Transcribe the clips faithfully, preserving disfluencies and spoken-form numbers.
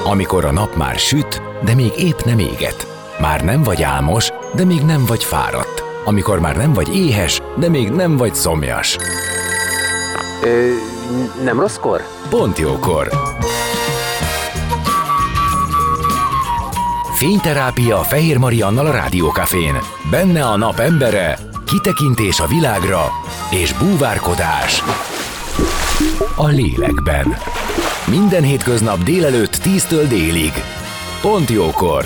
Amikor a nap már süt, de még épp nem éget. Már nem vagy álmos, de még nem vagy fáradt. Amikor már nem vagy éhes, de még nem vagy szomjas. Ö, nem rosszkor? Pont jókor. Fényterápia Fehér Mariannal a Rádiókafén. Benne a nap embere, kitekintés a világra és búvárkodás a lélekben. Minden hétköznap délelőtt tíztől délig. Pont jókor.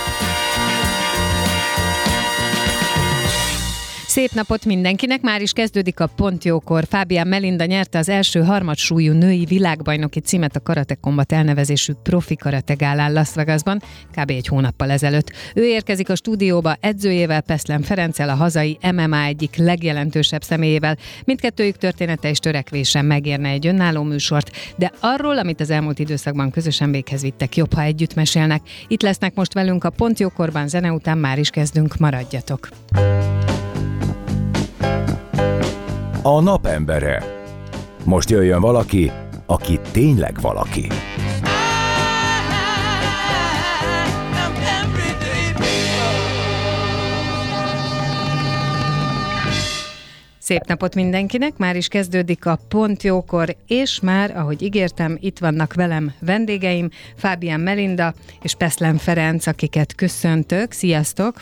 Szép napot mindenkinek, már is kezdődik a Pont jókor. Fábián Melinda nyerte az első harmadsúlyú női világbajnoki címet a Karate Combat elnevezésű profi karategálán Las Vegasban, kb. Egy hónappal ezelőtt. Ő érkezik a stúdióba edzőjével, Peszlen Ferenccel, a hazai em em á egyik legjelentősebb személyével. Mindkettőjük története és törekvése megérne egy önálló műsort, de arról, amit az elmúlt időszakban közösen véghez vittek, jobb, ha együtt mesélnek. Itt lesznek most velünk a Pont jókorban, zene után már is kezdünk, maradjatok! A napembere. Most jöjjön valaki, aki tényleg valaki. Szép napot mindenkinek, már is kezdődik a Pont jókor, és már, ahogy ígértem, itt vannak velem vendégeim, Fábián Melinda és Peszlen Ferenc, akiket köszöntök. Sziasztok!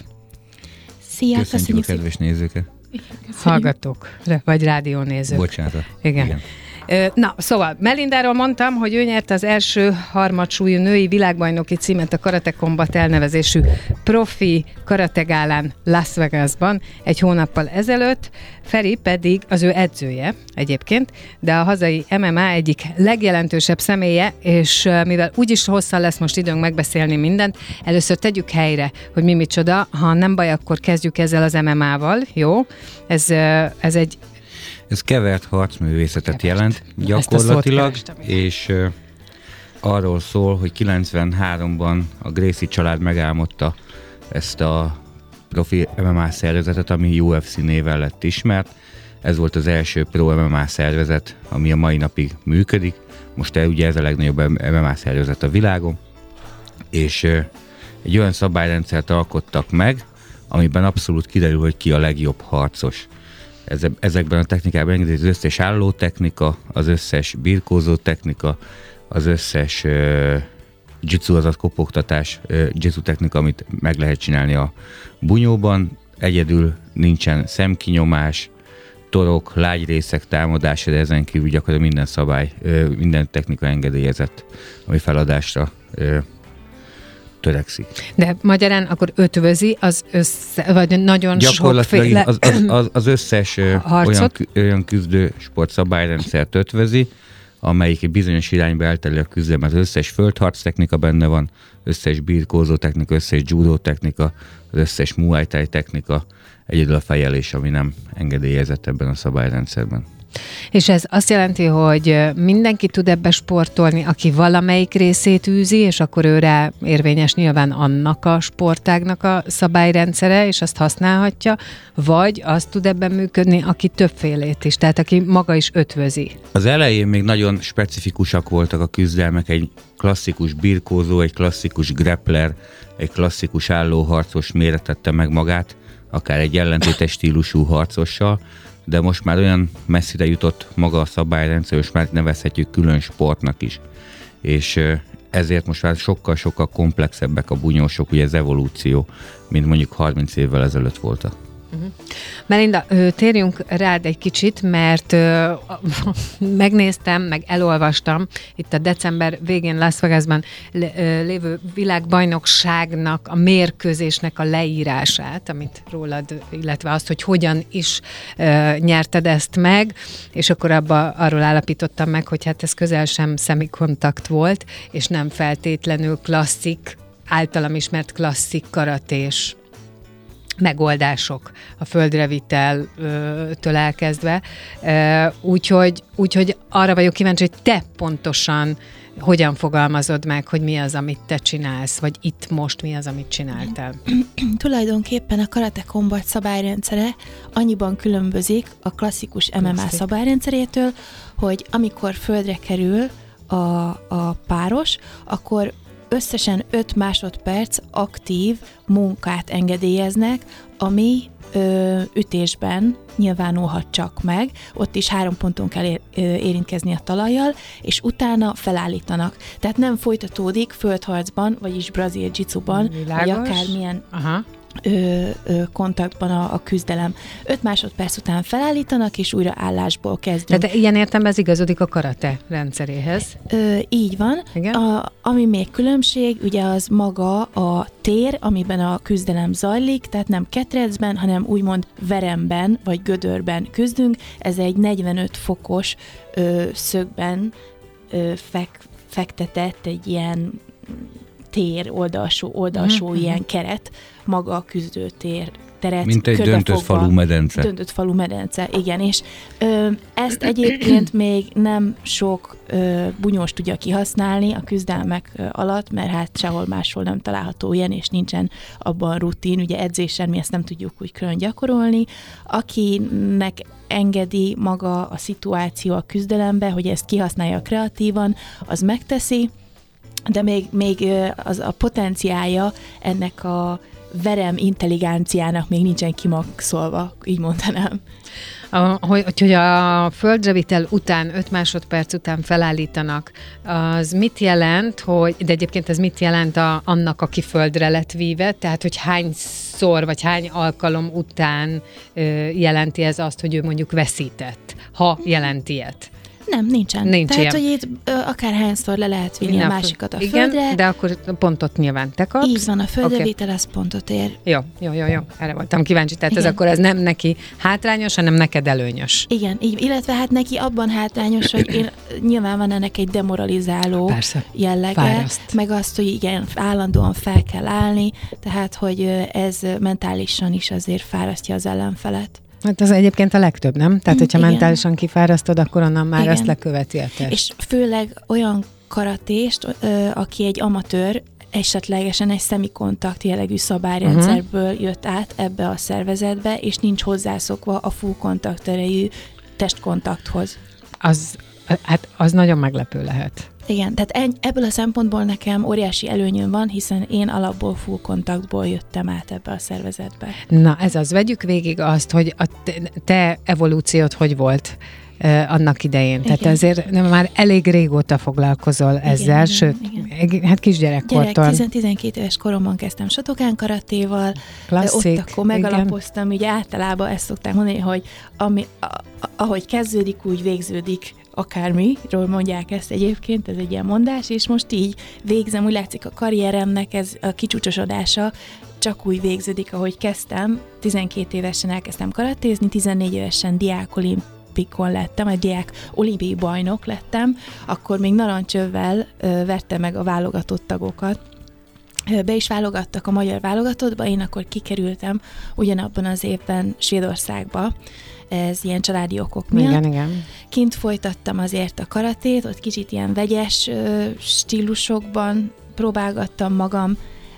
Szia, köszöntjük a kedves nézőket! Hallgatók, vagy rádiónézők. Bocsánat. Igen. Igen. Na, szóval Melindáról mondtam, hogy ő nyerte az első harmadsúlyú női világbajnoki címet a Karate Combat elnevezésű profi karategálán Las Vegasban egy hónappal ezelőtt. Feri pedig az ő edzője egyébként, de a hazai em em á egyik legjelentősebb személye, és mivel úgyis hosszan lesz most időnk megbeszélni mindent, először tegyük helyre, hogy mi micsoda. Ha nem baj, akkor kezdjük ezzel az em em á-val, jó? Ez, ez egy Ez kevert harcművészetet kevert. jelent gyakorlatilag, és uh, arról szól, hogy kilencvenháromban a Gracie család megálmodta ezt a profi em em á szervezetet, ami u ef cé néven lett ismert. Ez volt az első pro em em á szervezet, ami a mai napig működik. Most el, ugye ez a legnagyobb em em á szervezet a világon, és uh, egy olyan szabályrendszert alkottak meg, amiben abszolút kiderül, hogy ki a legjobb harcos. Ezekben a technikában engedi az összes álló technika, az összes birkózó technika, az összes uh, jitsu, azaz kopogtatás, uh, jitsu technika, amit meg lehet csinálni a bunyóban. Egyedül nincsen szemkinyomás, torok, lágyrészek támadása, de ezen kívül gyakorlatilag minden szabály, uh, minden technika engedélyezett, ami feladásra uh, törekszik. De magyarán akkor ötvözi az össze, vagy nagyon sokféle az, az, az, az összes olyan, olyan küzdő sportszabályrendszert ötvözi, amelyik egy bizonyos irányba eltereli a küzdelem. Az összes földharc technika benne van, összes birkózó technika, összes judo technika, az összes muay thai technika, egyedül a fejelés, ami nem engedélyezett ebben a szabályrendszerben. És ez azt jelenti, hogy mindenki tud ebbe sportolni, aki valamelyik részét űzi, és akkor őre érvényes nyilván annak a sportágnak a szabályrendszere, és azt használhatja, vagy azt tud ebben működni, aki többfélét is, tehát aki maga is ötvözi. Az elején még nagyon specifikusak voltak a küzdelmek, egy klasszikus birkózó, egy klasszikus grappler, egy klasszikus állóharcos méretette meg magát, akár egy ellentétes stílusú harcossal, de most már olyan messzire jutott maga a szabályrendszer, és már nevezhetjük külön sportnak is. És ezért most már sokkal-sokkal komplexebbek a bunyósok, ugye ez evolúció, mint mondjuk harminc évvel ezelőtt volt. Uh-huh. Melinda, térjünk rád egy kicsit, mert uh, megnéztem, meg elolvastam itt a december végén Las Vegasban lévő világbajnokságnak, a mérkőzésnek a leírását, amit rólad, illetve azt, hogy hogyan is uh, nyerted ezt meg, és akkor abba arról állapítottam meg, hogy hát ez közel sem szemikontakt volt, és nem feltétlenül klasszik, általam ismert klasszik karatés megoldások a földreviteltől elkezdve. Úgyhogy, úgyhogy arra vagyok kíváncsi, hogy te pontosan hogyan fogalmazod meg, hogy mi az, amit te csinálsz, vagy itt most mi az, amit csináltál? Tulajdonképpen a Karate Combat szabályrendszere annyiban különbözik a klasszikus em em á szabályrendszerétől, hogy amikor földre kerül a, a páros, akkor összesen öt másodperc aktív munkát engedélyeznek, ami ö, ütésben nyilvánulhat csak meg, ott is három ponton kell ér, ö, érintkezni a talajjal, és utána felállítanak. Tehát nem folytatódik földharcban, vagyis brazil jiu-jitsuban, vagy akármilyen Aha. Ö, ö, kontaktban a, a küzdelem. öt másodperc után felállítanak, és újra állásból kezdünk. Tehát ilyen értelemben ez igazodik a karate rendszeréhez. Ö, így van. Igen? A, ami még különbség, ugye az maga a tér, amiben a küzdelem zajlik, tehát nem ketrecben, hanem úgymond veremben, vagy gödörben küzdünk. Ez egy negyvenöt fokos ö, szögben ö, fek, fektetett egy ilyen tér, oldalsó, oldalsó uh-huh. ilyen keret, maga a küzdőtér teret. Mint egy döntött falu medence. Döntött falu medence, igen, és ö, ezt egyébként még nem sok ö, bunyós tudja kihasználni a küzdelmek ö, alatt, mert hát sehol máshol nem található ilyen, és nincsen abban rutin, ugye edzésen mi ezt nem tudjuk úgy külön gyakorolni. Akinek engedi maga a szituáció a küzdelembe, hogy ezt kihasználja kreatívan, az megteszi, de még, még az a potenciálja ennek a verem intelligenciának még nincsen kimaxolva, így mondanám. A, hogy, hogy a földre vitel után, öt másodperc után felállítanak, az mit jelent, hogy, de egyébként ez mit jelent a, annak, aki földre lett víve, tehát hogy hányszor, vagy hány alkalom után ö, jelenti ez azt, hogy ő mondjuk veszített, ha jelent ilyet? Nem, nincsen. Nincs Tehát, ilyen. hogy itt ö, akárhányszor le lehet vinni Na, a másikat a igen, földre. de akkor pontot nyilván te kapsz. Így van, a földre Oké. vitel az pontot ér. Jó, jó, jó, jó. Erre voltam kíváncsi. Tehát Igen. ez akkor ez nem neki hátrányos, hanem neked előnyös. Igen, így, illetve hát neki abban hátrányos, hogy én, nyilván van ennek egy demoralizáló Persze. jellege, Fáraszt. meg azt, hogy igen, állandóan fel kell állni, tehát, hogy ö, ez mentálisan is azért fárasztja az ellenfelet. Hát ez egyébként a legtöbb, nem? Tehát, hogyha Igen. mentálisan kifárasztod, akkor onnan már Igen. ezt leköveti a test. És főleg olyan karatést, ö, aki egy amatőr, esetlegesen egy szemikontakt jellegű szabályrendszerből uh-huh. jött át ebbe a szervezetbe, és nincs hozzászokva a full kontakt erejű testkontakthoz. Az, hát az nagyon meglepő lehet. Igen, tehát ebből a szempontból nekem óriási előnyöm van, hiszen én alapból full kontaktból jöttem át ebbe a szervezetbe. Na, ez az. Vegyük végig azt, hogy a te, te evolúciód hogy volt uh, annak idején. Igen. Tehát azért nem, már elég régóta foglalkozol ezzel, igen, sőt, igen. hát kisgyerekkortól. Gyerek, tíz-tizenkét éves koromban kezdtem Shotokan karatéval, Klasszik, ott akkor megalapoztam, ugye általában ezt szokták mondani, hogy ami, a, ahogy kezdődik, úgy végződik akármiről mondják ezt egyébként, ez egy ilyen mondás, és most így végzem, úgy látszik a karrieremnek ez a kicsúcsosodása csak úgy végződik, ahogy kezdtem. tizenkét évesen elkezdtem karatézni, tizennégy évesen diák olimpikon lettem, egy diák olimpiai bajnok lettem, akkor még narancsövvel ö, verte meg a válogatott tagokat. Be is válogattak a magyar válogatottba, én akkor kikerültem ugyanabban az évben Svédországba, ez ilyen családi okok miatt. Igen, igen. Kint folytattam azért a karatét, ott kicsit ilyen vegyes ö, stílusokban próbálgattam magam,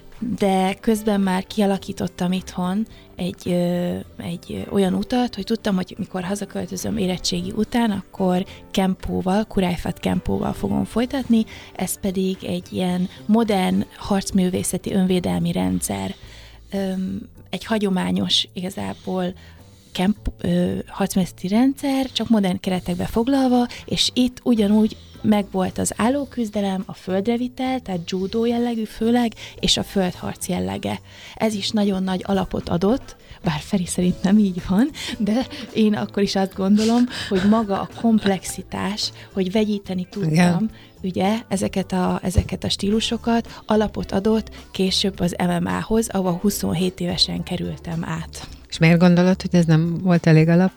de közben már kialakítottam itthon egy, ö, egy olyan utat, hogy tudtam, hogy mikor hazaköltözöm érettségi után, akkor kempóval, kurájfat kempóval fogom folytatni, ez pedig egy ilyen modern harcművészeti önvédelmi rendszer. Öm, egy hagyományos igazából Kemp, ö, harcművészeti rendszer, csak modern keretekbe foglalva, és itt ugyanúgy megvolt az állóküzdelem, a földrevitel, tehát judó jellegű főleg, és a földharc jellege. Ez is nagyon nagy alapot adott, bár Feri szerint nem így van, de én akkor is azt gondolom, hogy maga a komplexitás, hogy vegyíteni tudtam, igen. ugye, ezeket a, ezeket a stílusokat alapot adott később az em em á-hoz, ahol huszonhét évesen kerültem át. És miért gondolod, hogy ez nem volt elég alap?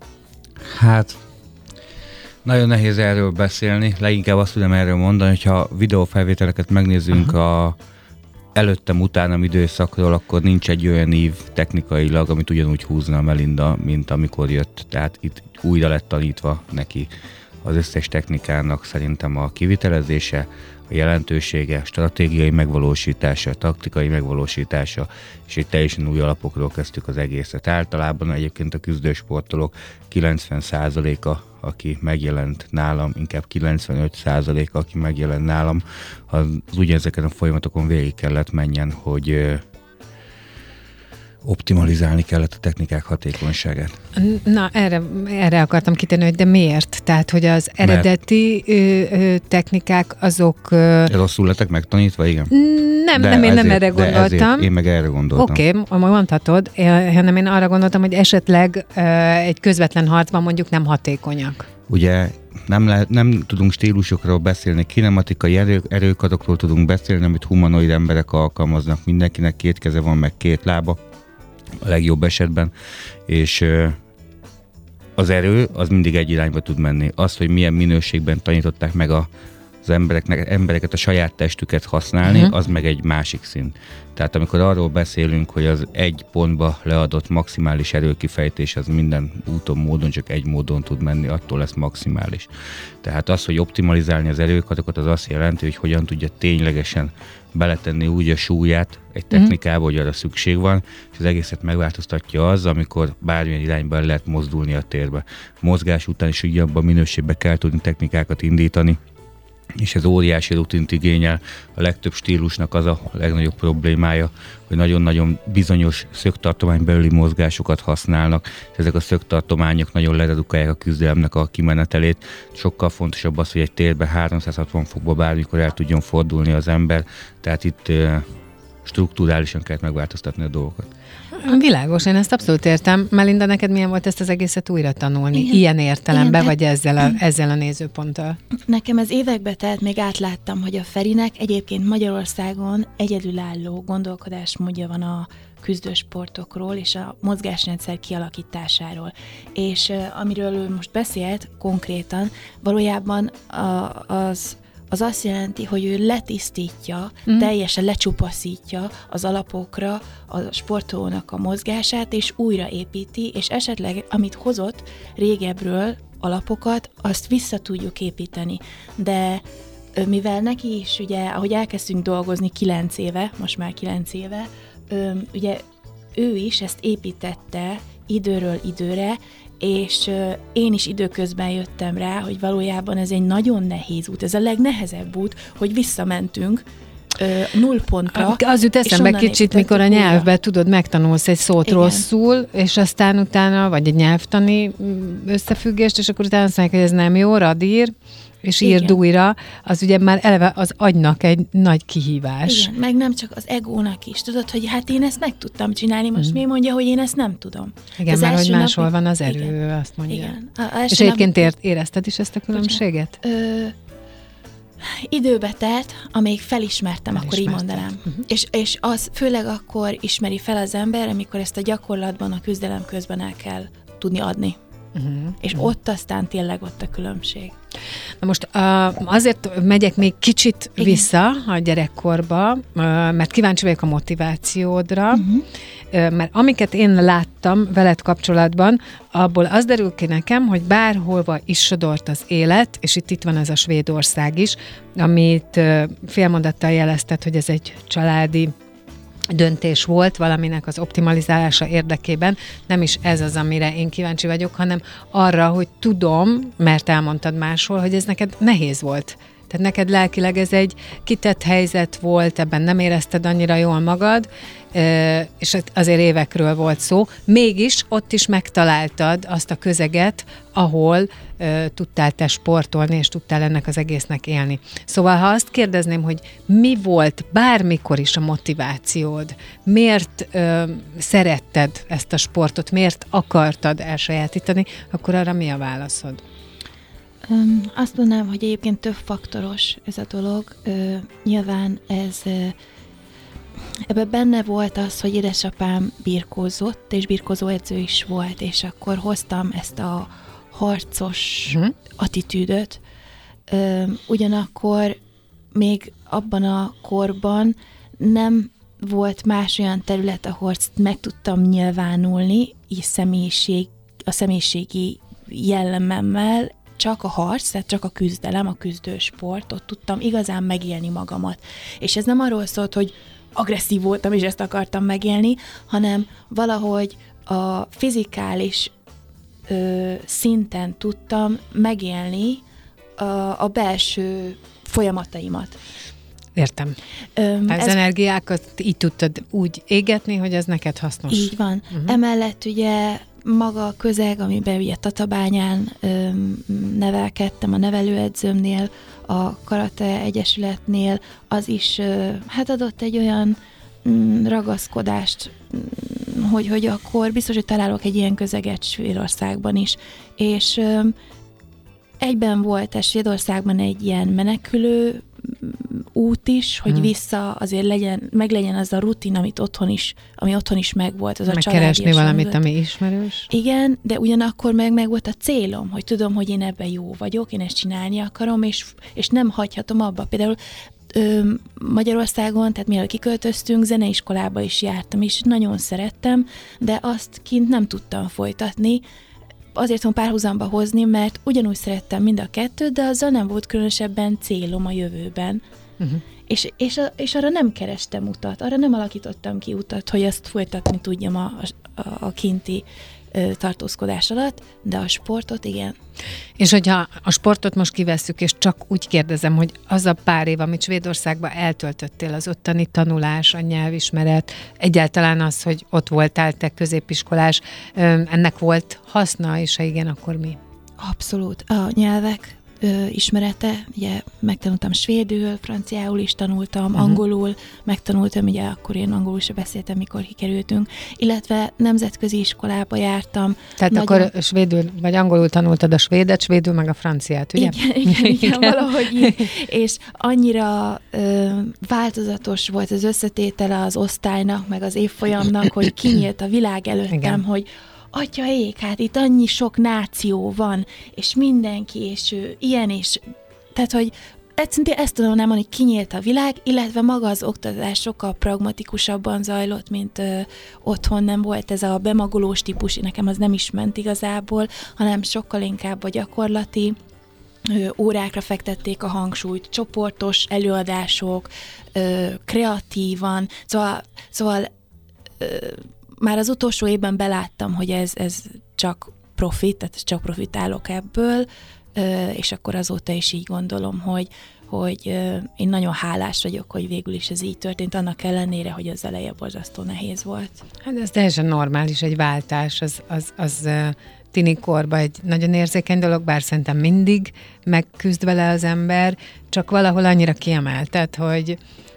Hát, nagyon nehéz erről beszélni, leginkább azt tudom erről mondani, hogyha videófelvételeket megnézzünk Aha. a előttem, utánam időszakról, akkor nincs egy olyan ív technikailag, amit ugyanúgy húzna a Melinda, mint amikor jött. Tehát itt újra lett tanítva neki az összes technikának szerintem a kivitelezése, a jelentősége, stratégiai megvalósítása, taktikai megvalósítása, és egy teljesen új alapokról kezdtük az egészet. Általában egyébként a küzdősportolók kilencven százaléka aki megjelent nálam, inkább kilencvenöt százalék, aki megjelent nálam, az ugyanezeken a folyamatokon végig kellett menjen, hogy optimalizálni kellett a technikák hatékonyságát. Na, erre, erre akartam kitérni, hogy de miért? Tehát, hogy az eredeti ö, ö, technikák azok... Ö... Rosszul lettek megtanítva, igen? Nem, de nem, én ezért, nem erre gondoltam. De ezért, én meg erre gondoltam. Oké, okay, mondhatod, hanem én arra gondoltam, hogy esetleg ö, egy közvetlen harcban mondjuk nem hatékonyak. Ugye nem, lehet, nem tudunk stílusokról beszélni, kinematikai erő, erőkatokról tudunk beszélni, amit humanoid emberek alkalmaznak. Mindenkinek két keze van, meg két lába, a legjobb esetben, és az erő az mindig egy irányba tud menni. Az, hogy milyen minőségben tanították meg a, az embereknek, embereket a saját testüket használni, uh-huh. az meg egy másik szint. Tehát amikor arról beszélünk, hogy az egy pontba leadott maximális erőkifejtés, az minden úton, módon csak egy módon tud menni, attól lesz maximális. Tehát az, hogy optimalizálni az erőkatokat, az azt jelenti, hogy hogyan tudja ténylegesen beletenni úgy a súlyát egy technikába, hogy arra szükség van, és az egészet megváltoztatja az, amikor bármilyen irányban lehet mozdulni a térbe. Mozgás után is ugyanabban minőségben kell tudni technikákat indítani, és ez óriási rutint igényel. A legtöbb stílusnak az a legnagyobb problémája, hogy nagyon-nagyon bizonyos szögtartomány belüli mozgásokat használnak, és ezek a szögtartományok nagyon leredukálják a küzdelemnek a kimenetelét. Sokkal fontosabb az, hogy egy térben háromszázhatvan fokba bármikor el tudjon fordulni az ember, tehát itt strukturálisan kell megváltoztatni a dolgokat. Világos, én ezt abszolút értem. Melinda, neked milyen volt ezt az egészet újra tanulni? Igen. Ilyen értelemben, igen, vagy ezzel a, ezzel a nézőponttal? Nekem ez évekbe telt, még átláttam, hogy a Ferinek egyébként Magyarországon egyedülálló gondolkodásmódja van a küzdősportokról és a mozgásrendszer kialakításáról. És uh, amiről ő most beszélt konkrétan, valójában a, az az azt jelenti, hogy ő letisztítja, mm. teljesen lecsupaszítja az alapokra a sportolónak a mozgását, és újraépíti, és esetleg, amit hozott régebről alapokat, azt vissza tudjuk építeni. De mivel neki is, ugye, ahogy elkezdtünk dolgozni kilenc éve, most már kilenc éve, ugye ő is ezt építette időről időre, és én is időközben jöttem rá, hogy valójában ez egy nagyon nehéz út, ez a legnehezebb út, hogy visszamentünk null pontra. Az jut eszembe kicsit, mikor a nyelvben tudod, megtanulsz egy szót, igen, rosszul, és aztán utána, vagy egy nyelvtani összefüggést, és akkor utána azt mondják, hogy ez nem jó, radír, és írd újra, az ugye már eleve az agynak egy nagy kihívás. Igen, meg nem csak az egónak is. Tudod, hogy hát én ezt meg tudtam csinálni, most mm. mi mondja, hogy én ezt nem tudom. Igen, mert hogy máshol van az erő, igen, azt mondja. Igen. És egyébként nap... érezted is ezt a különbséget? Ö, időbe telt, amíg felismertem, akkor így mondanám. Uh-huh. És, és az főleg akkor ismeri fel az ember, amikor ezt a gyakorlatban, a küzdelem közben el kell tudni adni. Uh-huh. És uh-huh. ott aztán tényleg ott a különbség. Na most uh, azért megyek még kicsit, igen, vissza a gyerekkorba, uh, mert kíváncsi vagyok a motivációdra, uh-huh. uh, mert amiket én láttam veled kapcsolatban, abból az derül ki nekem, hogy bárholva is sodort az élet, és itt, itt van ez a Svédország is, amit uh, félmondattal jelezted, hogy ez egy családi döntés volt valaminek az optimalizálása érdekében. Nem is ez az, amire én kíváncsi vagyok, hanem arra, hogy tudom, mert elmondtad máshol, hogy ez neked nehéz volt. Tehát neked lelkileg ez egy kitett helyzet volt, ebben nem érezted annyira jól magad, és azért évekről volt szó. Mégis ott is megtaláltad azt a közeget, ahol tudtál te sportolni, és tudtál ennek az egésznek élni. Szóval, ha azt kérdezném, hogy mi volt bármikor is a motivációd, miért ö, szeretted ezt a sportot, miért akartad elsajátítani, akkor arra mi a válaszod? Um, azt mondanám, hogy egyébként több faktoros ez a dolog. Uh, nyilván ez uh, ebben benne volt az, hogy édesapám birkózott, és birkózóedző is volt, és akkor hoztam ezt a harcos uh-huh. attitűdöt. Uh, ugyanakkor még abban a korban nem volt más olyan terület, ahol meg tudtam nyilvánulni, és személyiség, a személyiségi jellememmel, csak a harc, tehát csak a küzdelem, a küzdősport, ott tudtam igazán megélni magamat. És ez nem arról szólt, hogy agresszív voltam, és ezt akartam megélni, hanem valahogy a fizikális ö, szinten tudtam megélni a, a belső folyamataimat. Értem. Öm, az ez energiákat így tudtad úgy égetni, hogy ez neked hasznos. Így van. Uh-huh. Emellett ugye maga a közeg, amiben ugye Tatabányán öm, nevelkedtem, a nevelőedzőmnél, a Karate Egyesületnél, az is ö, hát adott egy olyan mm, ragaszkodást, mm, hogy, hogy akkor biztos, hogy találok egy ilyen közeget Svédországban is. És ö, egyben volt ez Svédországban egy ilyen menekülő út is, hogy hmm. vissza azért legyen, meg legyen az a rutin, amit otthon is, ami otthon is megvolt. Az megkeresni a valamit, volt. Ami ismerős. Igen, de ugyanakkor meg, meg volt a célom, hogy tudom, hogy én ebben jó vagyok, én ezt csinálni akarom, és, és nem hagyhatom abba. Például ö, Magyarországon, tehát mielőtt kiköltöztünk, zeneiskolába is jártam, és nagyon szerettem, de azt kint nem tudtam folytatni. Azért tudom párhuzamba hozni, mert ugyanúgy szerettem mind a kettőt, de azzal nem volt különösebben célom a jövőben. Uh-huh. És, és, a, és arra nem kerestem utat, arra nem alakítottam ki utat, hogy ezt folytatni tudjam a, a, a kinti ö, tartózkodás alatt, de a sportot igen. És hogyha a sportot most kivesszük, és csak úgy kérdezem, hogy az a pár év, amit Svédországban eltöltöttél, az ottani tanulás, a nyelvismeret, egyáltalán az, hogy ott voltál te középiskolás, ennek volt haszna, és ha igen, akkor mi? Abszolút. A nyelvek ö, ismerete, ugye megtanultam svédül, franciául is tanultam, uh-huh. angolul megtanultam, ugye akkor én angolul sem beszéltem, mikor kikerültünk, illetve nemzetközi iskolába jártam. Tehát nagyon... akkor svédül, vagy angolul tanultad a svédet, svédül meg a franciát, ugye? Igen, igen, igen, valahogy így. És annyira ö, változatos volt az összetétele az osztálynak, meg az évfolyamnak, hogy kinyílt a világ előttem, igen. hogy atya ég, hát itt annyi sok náció van, és mindenki, és ő ilyen, és tehát, hogy egyszerűen ezt tudom nem mondani, hogy kinyílt a világ, illetve maga az oktatás sokkal pragmatikusabban zajlott, mint ö, otthon, nem volt ez a bemagolós típus, nekem az nem is ment igazából, hanem sokkal inkább a gyakorlati ö, órákra fektették a hangsúlyt, csoportos előadások, ö, kreatívan, szóval, szóval ö, már az utolsó évben beláttam, hogy ez, ez csak profit, tehát csak profitálok ebből, és akkor azóta is így gondolom, hogy, hogy én nagyon hálás vagyok, hogy végül is ez így történt, annak ellenére, hogy az eleje borzasztó nehéz volt. Hát ez teljesen normális, egy váltás, az, az, az tinikorban egy nagyon érzékeny dolog, bár szerintem mindig megküzd vele az ember, csak valahol annyira kiemelted, hogy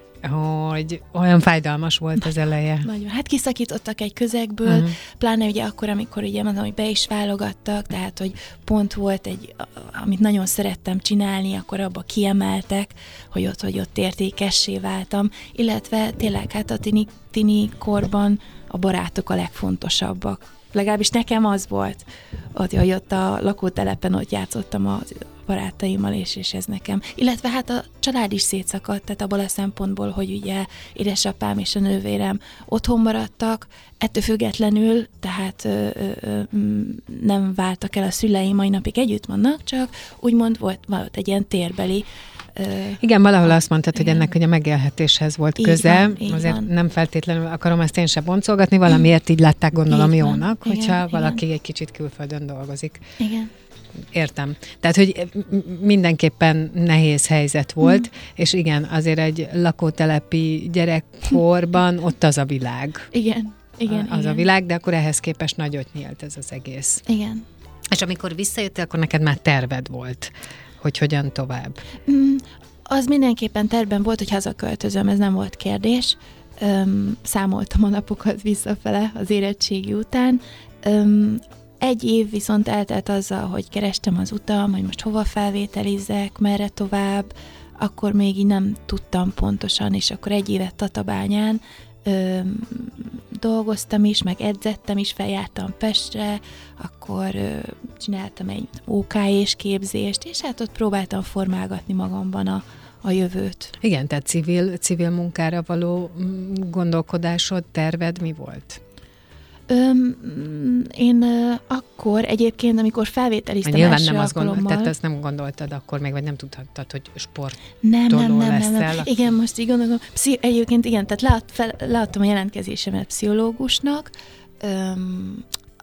hogy olyan fájdalmas volt az eleje. Nagyon. Hát kiszakítottak egy közegből, uh-huh. pláne ugye akkor, amikor ugye mondom, hogy be is válogattak, tehát, hogy pont volt egy, amit nagyon szerettem csinálni, akkor abba kiemeltek, hogy ott, hogy ott értékessé váltam, illetve tényleg hát a tini, tini korban a barátok a legfontosabbak. Legalábbis nekem az volt, ott, hogy ott a lakótelepen ott játszottam a barátaimmal, és, és ez nekem. Illetve hát a család is szétszakadt, tehát abból a szempontból, hogy ugye édesapám és a nővérem otthon maradtak, ettől függetlenül, tehát ö, ö, nem váltak el a szüleim, mai napig együtt vannak, csak úgymond volt, volt egy ilyen térbeli. Igen, valahol azt mondtad, igen. hogy ennek hogy a megélhetéshez volt így köze, van, azért van. Nem feltétlenül akarom ezt én sem boncolgatni, valamiért így látták gondolom így jónak, van. hogyha igen, valaki igen. egy kicsit külföldön dolgozik. Igen. Értem. Tehát, hogy mindenképpen nehéz helyzet volt, mm. és igen, azért egy lakótelepi gyerekkorban ott az a világ. Igen, igen. Az igen. a világ, de akkor ehhez képest nagyot nyílt ez az egész. Igen. És amikor visszajöttél, akkor neked már terved volt, hogy hogyan tovább? Mm, az mindenképpen tervben volt, hogy hazaköltözöm, ez nem volt kérdés. Öm, számoltam a napokat visszafele az érettségi után. Öm, Egy év viszont eltelt azzal, hogy kerestem az utam, hogy most hova felvételizzek, merre tovább, akkor még így nem tudtam pontosan, és akkor egy évet Tatabányán ö, dolgoztam is, meg edzettem is, feljártam Pestre, akkor ö, csináltam egy ó ká és képzést, és hát ott próbáltam formálgatni magamban a, a jövőt. Igen, tehát civil, civil munkára való gondolkodásod, terved mi volt? Öm, én ö, akkor egyébként, amikor felvételiztem nyilván első nem azt alkalommal... Gondolt, tehát ezt nem gondoltad akkor még, vagy nem tudhattad, hogy sportoló nem, nem, nem, leszel? Nem, nem. Igen, most így gondolom. Pszi- egyébként igen, tehát lead, fel, leadtam a jelentkezésemet pszichológusnak. Öm,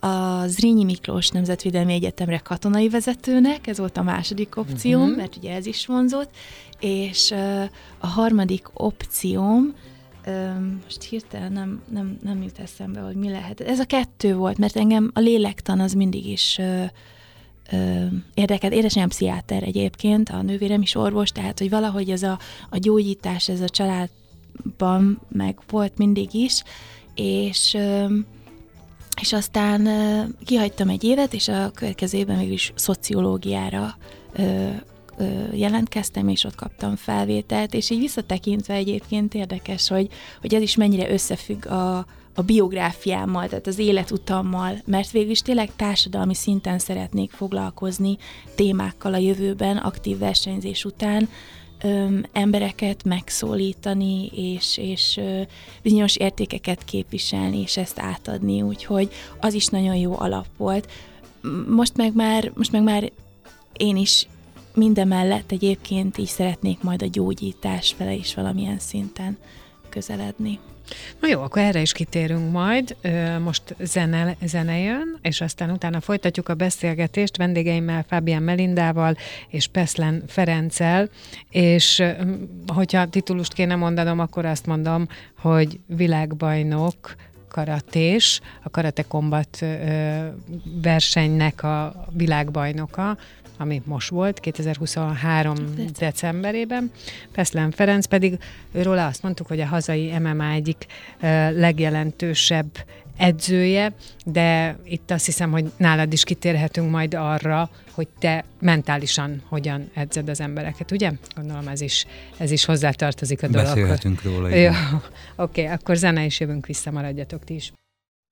a Zrínyi Miklós Nemzetvédelmi Egyetemre katonai vezetőnek, ez volt a második opcióm, uh-huh. mert ugye ez is vonzott, és uh, a harmadik opcióm, um, most hirtelen nem, nem, nem jut eszembe, hogy mi lehet. Ez a kettő volt, mert engem a lélektan az mindig is uh, uh, érdekelt. Édesanyám pszichiáter egyébként, a nővérem is orvos, tehát hogy valahogy ez a, a gyógyítás, ez a családban meg volt mindig is, és um, és aztán uh, kihagytam egy évet, és a következő évben mégis szociológiára uh, uh, jelentkeztem, és ott kaptam felvételt, és így visszatekintve egyébként érdekes, hogy, hogy ez is mennyire összefügg a, a biográfiámmal, tehát az életutammal, mert végül is tényleg társadalmi szinten szeretnék foglalkozni témákkal a jövőben, aktív versenyzés után, Öm, embereket megszólítani, és, és ö, bizonyos értékeket képviselni, és ezt átadni, úgyhogy az is nagyon jó alap volt. Most meg már, most meg már én is mindemellett egyébként így szeretnék majd a gyógyítás fele is valamilyen szinten közeledni. Na jó, akkor erre is kitérünk majd. Most zene, zene jön, és aztán utána folytatjuk a beszélgetést vendégeimmel, Fábián Melindával és Peszlen Ferenccel, és hogyha titulust kéne mondanom, akkor azt mondom, hogy világbajnok karatés, a Karate Combat versenynek a világbajnoka, ami most volt, kétezer-huszonhárom decemberében. Peszlen Ferenc pedig, róla azt mondtuk, hogy a hazai em em á egyik legjelentősebb edzője, de itt azt hiszem, hogy nálad is kitérhetünk majd arra, hogy te mentálisan hogyan edzed az embereket, ugye? Gondolom ez is, ez is hozzátartozik a dologhoz. Beszélhetünk róla. Jó, oké, okay, akkor zene is jövünk vissza, maradjatok ti is.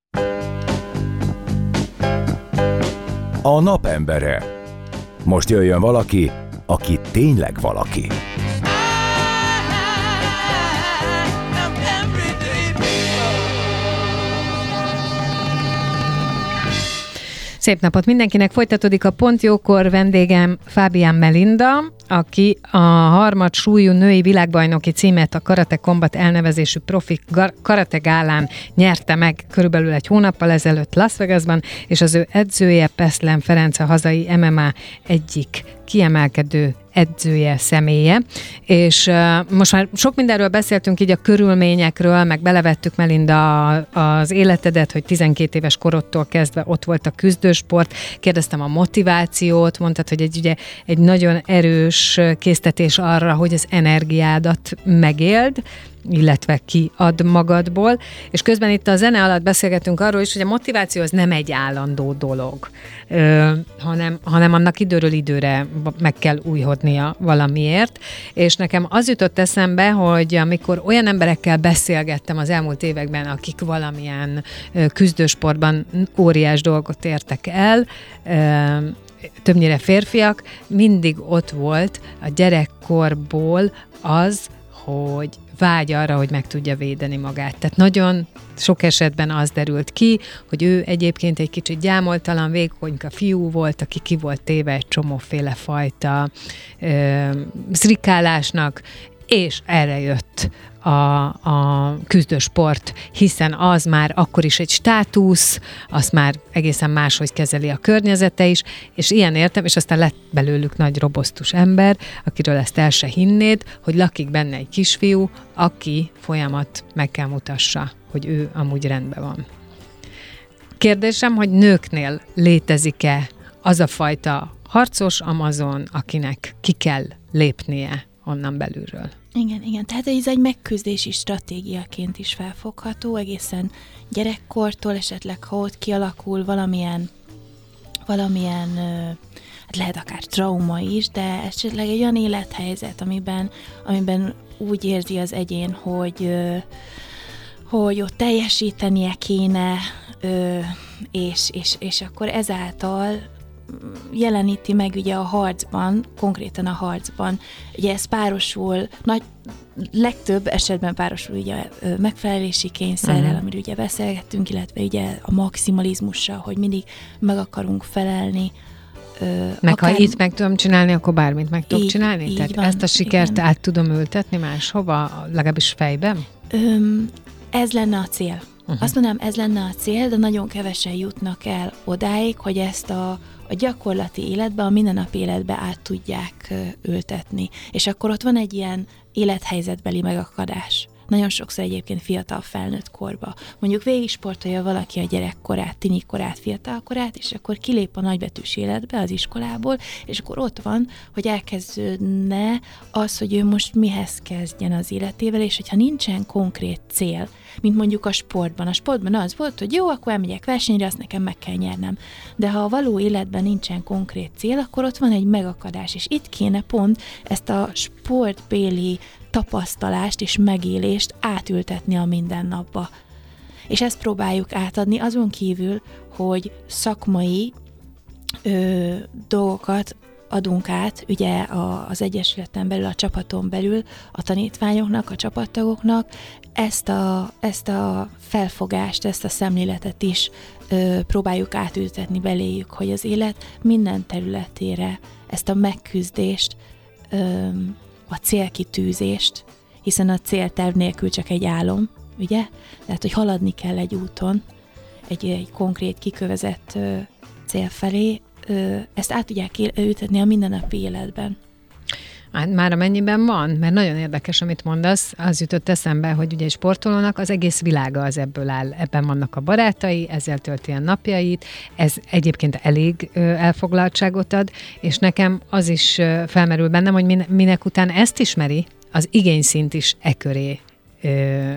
A napembere. Most jöjjön valaki, aki tényleg valaki. Szép napot mindenkinek! Folytatódik a Pont Jókor, vendégem Fábián Melinda, aki a harmad súlyú női világbajnoki címet a Karate Combat elnevezésű profi karate gálán nyerte meg körülbelül egy hónappal ezelőtt Las Vegasban, és az ő edzője Peszlen Ferenc, a hazai em em á egyik kiemelkedő edzője, személye, és uh, most már sok mindenről beszéltünk, így a körülményekről, meg belevettük, Melinda, az életedet, hogy tizenkét éves korodtól kezdve ott volt a küzdősport, kérdeztem a motivációt, mondtad, hogy egy, ugye, egy nagyon erős késztetés arra, hogy az energiádat megéld, illetve kiad magadból, és közben itt a zene alatt beszélgetünk arról is, hogy a motiváció az nem egy állandó dolog, ö, hanem, hanem annak időről időre meg kell újhodnia valamiért, és nekem az jutott eszembe, hogy amikor olyan emberekkel beszélgettem az elmúlt években, akik valamilyen ö, küzdősportban óriás dolgot értek el, ö, többnyire férfiak, mindig ott volt a gyerekkorból az, hogy vágy arra, hogy meg tudja védeni magát. Tehát nagyon sok esetben az derült ki, hogy ő egyébként egy kicsit gyámoltalan, vékonyka fiú volt, aki ki volt téve egy csomóféle fajta ö, szrikálásnak, és erre jött a, a küzdősport, hiszen az már akkor is egy státusz, azt már egészen máshogy kezeli a környezete is, és ilyen értem, és aztán lett belőlük nagy robosztus ember, akiről ezt el se hinnéd, hogy lakik benne egy kisfiú, aki folyamat meg kell mutassa, hogy ő amúgy rendben van. Kérdésem, hogy nőknél létezik-e az a fajta harcos amazon, akinek ki kell lépnie onnan belülről? Igen, igen. Tehát ez egy megküzdési stratégiaként is felfogható, egészen gyerekkortól, esetleg ha ott kialakul valamilyen, valamilyen hát lehet akár trauma is, de esetleg egy olyan élethelyzet, amiben, amiben úgy érzi az egyén, hogy, hogy ott teljesítenie kéne, és, és, és akkor ezáltal jeleníti meg ugye a harcban, konkrétan a harcban, ugye ez párosul, nagy, legtöbb esetben párosul ugye megfelelési kényszerrel, uh-huh. amiről ugye beszélgettünk, illetve ugye a maximalizmussal, hogy mindig meg akarunk felelni. Meg akár... ha itt meg tudom csinálni, akkor bármit meg tudok így, csinálni? így Tehát van, ezt a sikert igen. át tudom ültetni máshova, legalábbis fejben? Öm, ez lenne a cél. Uh-huh. Azt mondanám, ez lenne a cél, de nagyon kevesen jutnak el odáig, hogy ezt a, a gyakorlati életbe, a mindennapi életbe át tudják ültetni. És akkor ott van egy ilyen élethelyzetbeli megakadás. Nagyon sokszor egyébként fiatal felnőtt korba. Mondjuk végig sportolja valaki a gyerekkorát, tinikorát, fiatalkorát, és akkor kilép a nagybetűs életbe az iskolából, és akkor ott van, hogy elkezdődne az, hogy ő most mihez kezdjen az életével, és hogyha nincsen konkrét cél, mint mondjuk a sportban. A sportban az volt, hogy jó, akkor elmegyek versenyre, azt nekem meg kell nyernem. De ha a való életben nincsen konkrét cél, akkor ott van egy megakadás, és itt kéne pont ezt a sportbéli tapasztalást és megélést átültetni a mindennapba. És ezt próbáljuk átadni azon kívül, hogy szakmai ö, dolgokat adunk át, ugye a, az Egyesületen belül, a csapaton belül a tanítványoknak, a csapattagoknak ezt a, ezt a felfogást, ezt a szemléletet is ö, próbáljuk átültetni beléjük, hogy az élet minden területére ezt a megküzdést, ö, a célkitűzést, hiszen a célterv nélkül csak egy álom, ugye? Tehát, hogy haladni kell egy úton, egy, egy konkrét, kikövezett ö, cél felé, ö, ezt át tudják ültetni a mindennapi életben. Hát már amennyiben van, mert nagyon érdekes, amit mondasz, az jutott eszembe, hogy ugye egy sportolónak az egész világa az ebből áll, ebben vannak a barátai, ezzel tölti a napjait, ez egyébként elég ö, elfoglaltságot ad, és nekem az is ö, felmerül bennem, hogy minek után ezt ismeri, az igényszint is e köré ö,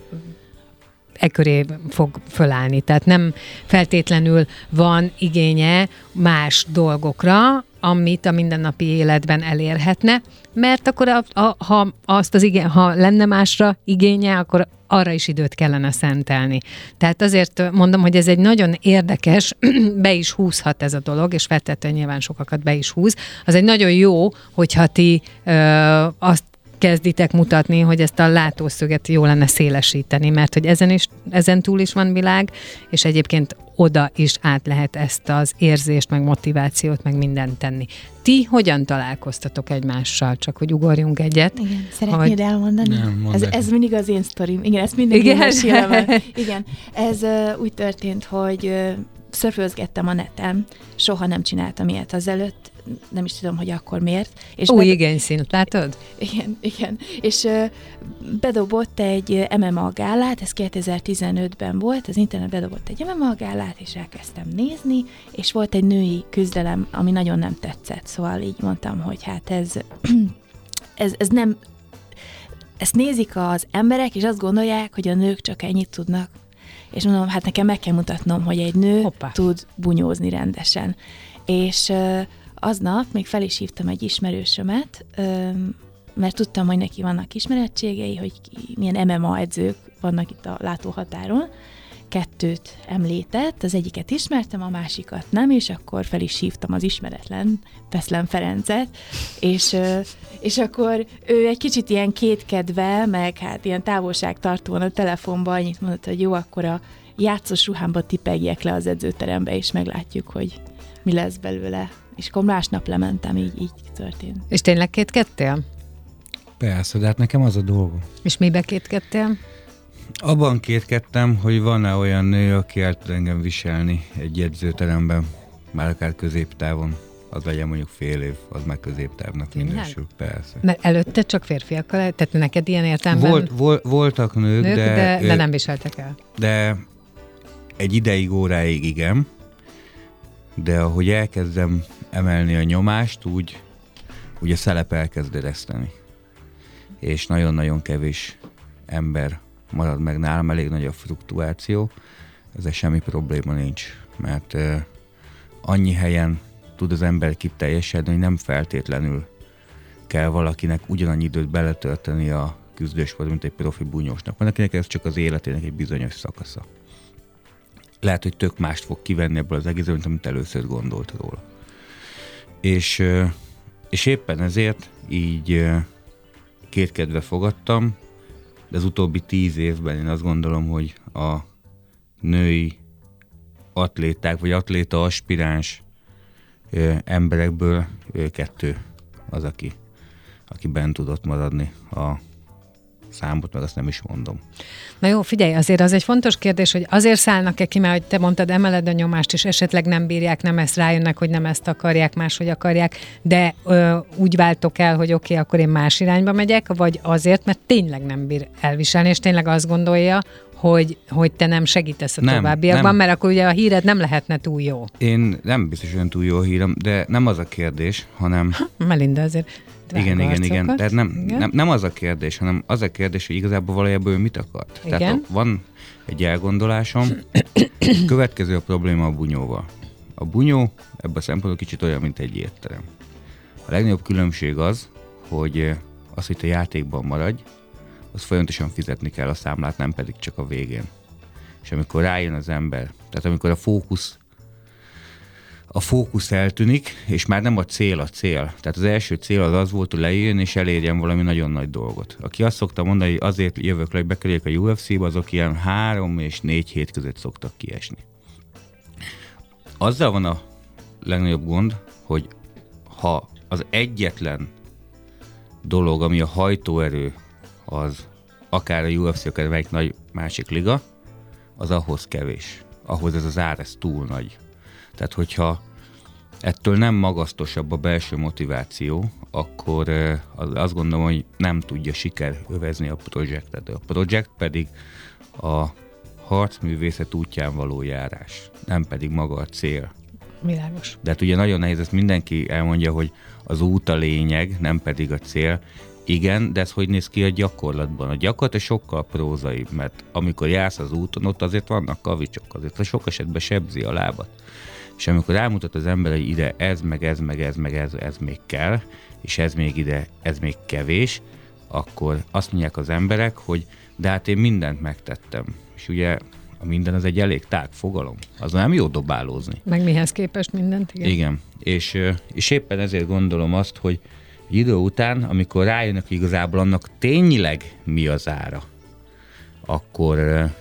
e köré fog fölállni. Tehát nem feltétlenül van igénye más dolgokra, amit a mindennapi életben elérhetne, mert akkor a, a, ha, azt az igény, ha lenne másra igénye, akkor arra is időt kellene szentelni. Tehát azért mondom, hogy ez egy nagyon érdekes, be is húzhat ez a dolog, és feltétlenül nyilván sokakat be is húz. Az egy nagyon jó, hogyha ti ö, azt kezditek mutatni, hogy ezt a látószöget jó lenne szélesíteni, mert hogy ezen, is, ezen túl is van világ, és egyébként oda is át lehet ezt az érzést, meg motivációt, meg mindent tenni. Ti hogyan találkoztatok egymással? Csak hogy ugorjunk egyet. Igen, szeretnéd hogy... elmondani? Nem, ez, ez mindig az én sztorim. Igen, ezt mindig én mesélem. Igen, ez uh, úgy történt, hogy uh, szörfőzgettem a neten, soha nem csináltam ilyet azelőtt, nem is tudom, hogy akkor miért. És Új bed... igényszínt, látod? Igen, igen. És uh, bedobott egy em em á gálát, ez kétezer-tizenötben volt, az internet bedobott egy em em á gálát, és elkezdtem nézni, és volt egy női küzdelem, ami nagyon nem tetszett, szóval így mondtam, hogy hát ez, ez, ez nem, ezt nézik az emberek, és azt gondolják, hogy a nők csak ennyit tudnak. És mondom, hát nekem meg kell mutatnom, hogy egy nő Hoppá. tud bunyózni rendesen. És uh, aznap még fel is hívtam egy ismerősömet, mert tudtam, hogy neki vannak ismerettségei, hogy milyen em em á edzők vannak itt a látóhatáron. Kettőt említett, az egyiket ismertem, a másikat nem, és akkor fel is hívtam az ismeretlen Peszlen Ferencet, és, és akkor ő egy kicsit ilyen kétkedve, meg hát ilyen távolságtartóan a telefonban annyit mondott, hogy jó, akkor a játszós ruhámba tipegjek le az edzőterembe, és meglátjuk, hogy mi lesz belőle. És akkor másnap lementem, így, így történt. És tényleg kétkedtél? Persze, de hát nekem az a dolgom. És mibe kétkedtél? Abban kétkedtem, hogy van-e olyan nő, aki el tud engem viselni egy edzőteremben, már akár középtávon, az legyen mondjuk fél év, az meg középtávnak minősül, persze. Mert előtte csak férfiakkal, tehát neked ilyen értelemben... Volt, vol, voltak nők, nők de, de, de nem viseltek el. De egy ideig, óráig igen, de ahogy elkezdem emelni a nyomást, úgy, úgy a szelep elkezd ereszteni. És nagyon-nagyon kevés ember marad meg nálam, elég nagy a fluktuáció, ezzel semmi probléma nincs, mert uh, annyi helyen tud az ember kiteljesedni, hogy nem feltétlenül kell valakinek ugyanannyi időt beletölteni a küzdősport, mint egy profi bunyósnak. Van, akinek ez csak az életének egy bizonyos szakasza. Lehet, hogy tök mást fog kivenni ebből az egészből, mint amit először gondolt róla. És, és éppen ezért így kétkedve fogadtam, de az utóbbi tíz évben én azt gondolom, hogy a női atléták, vagy atléta aspiráns emberekből kettő az, aki, aki bent tudott maradni a számot, meg azt nem is mondom. Na jó, figyelj, azért az egy fontos kérdés, hogy azért szállnak-e ki, mert hogy te mondtad, emeled a nyomást, és esetleg nem bírják, nem ezt rájönnek, hogy nem ezt akarják, máshogy akarják, de ö, úgy váltok el, hogy oké, okay, akkor én más irányba megyek, vagy azért, mert tényleg nem bír elviselni, és tényleg azt gondolja, hogy, hogy te nem segítesz a nem, továbbiakban, nem. Mert akkor ugye a híred nem lehetne túl jó. Én nem biztos olyan túl jó a hírem, de nem az a kérdés, hanem... Melinda azért... Igen, igen, igen. Tehát nem, igen. Nem, nem az a kérdés, hanem az a kérdés, hogy igazából valójában ő mit akart. Igen. Tehát van egy elgondolásom, következő a probléma a bunyóval. A bunyó ebben a szempontból kicsit olyan, mint egy étterem. A legnagyobb különbség az, hogy az, hogy a játékban maradj, az folyamatosan fizetni kell a számlát, nem pedig csak a végén. És amikor rájön az ember, tehát amikor a fókusz a fókusz eltűnik, és már nem a cél a cél. Tehát az első cél az az volt, hogy lejöjjön és elérjen valami nagyon nagy dolgot. Aki azt szokta mondani, hogy azért jövök le, hogy bekerüljek a U F C-be, azok ilyen három és négy hét között szoktak kiesni. Azzal van a legnagyobb gond, hogy ha az egyetlen dolog, ami a hajtóerő, az akár a U F C, akár melyik nagy másik liga, az ahhoz kevés. Ahhoz ez az ár, ez túl nagy. Tehát, hogyha ettől nem magasztosabb a belső motiváció, akkor azt gondolom, hogy nem tudja siker övezni a projektet. A projekt pedig a harcművészet útján való járás, nem pedig maga a cél. Világos. De hát ugye nagyon nehéz, ezt mindenki elmondja, hogy az út a lényeg, nem pedig a cél. Igen, de ez hogy néz ki a gyakorlatban? A gyakorlat sokkal prózaibb, mert amikor jársz az úton, ott azért vannak kavicsok, azért sok esetben sebzi a lábat. És amikor rámutat az ember, hogy ide ez, meg ez, meg ez, meg ez, ez még kell, és ez még ide, ez még kevés, akkor azt mondják az emberek, hogy de hát én mindent megtettem. És ugye a minden az egy elég tág fogalom. Az nem jó dobálózni. Meg mihez képest mindent, igen. Igen, és, és éppen ezért gondolom azt, hogy egy idő után, amikor rájönnek igazából annak tényleg mi az ára, akkor,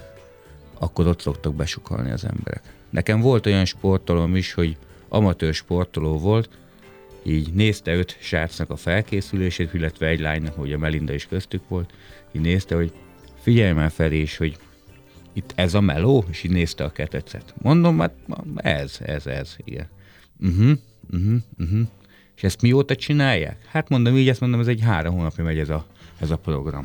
akkor ott szoktak besukalni az emberek. Nekem volt olyan sportolóm is, hogy amatőr sportoló volt, így nézte öt srácnak a felkészülését, illetve egy lánynak, hogy a Melinda is köztük volt, így nézte, hogy figyelj már Feri is, hogy itt ez a meló, és így nézte a ketecet. Mondom, hát ez, ez, ez, igen. Uh-huh, uh-huh, uh-huh. És ezt mióta csinálják? Hát mondom így, ezt mondom, ez egy három hónapja megy ez a, ez a program.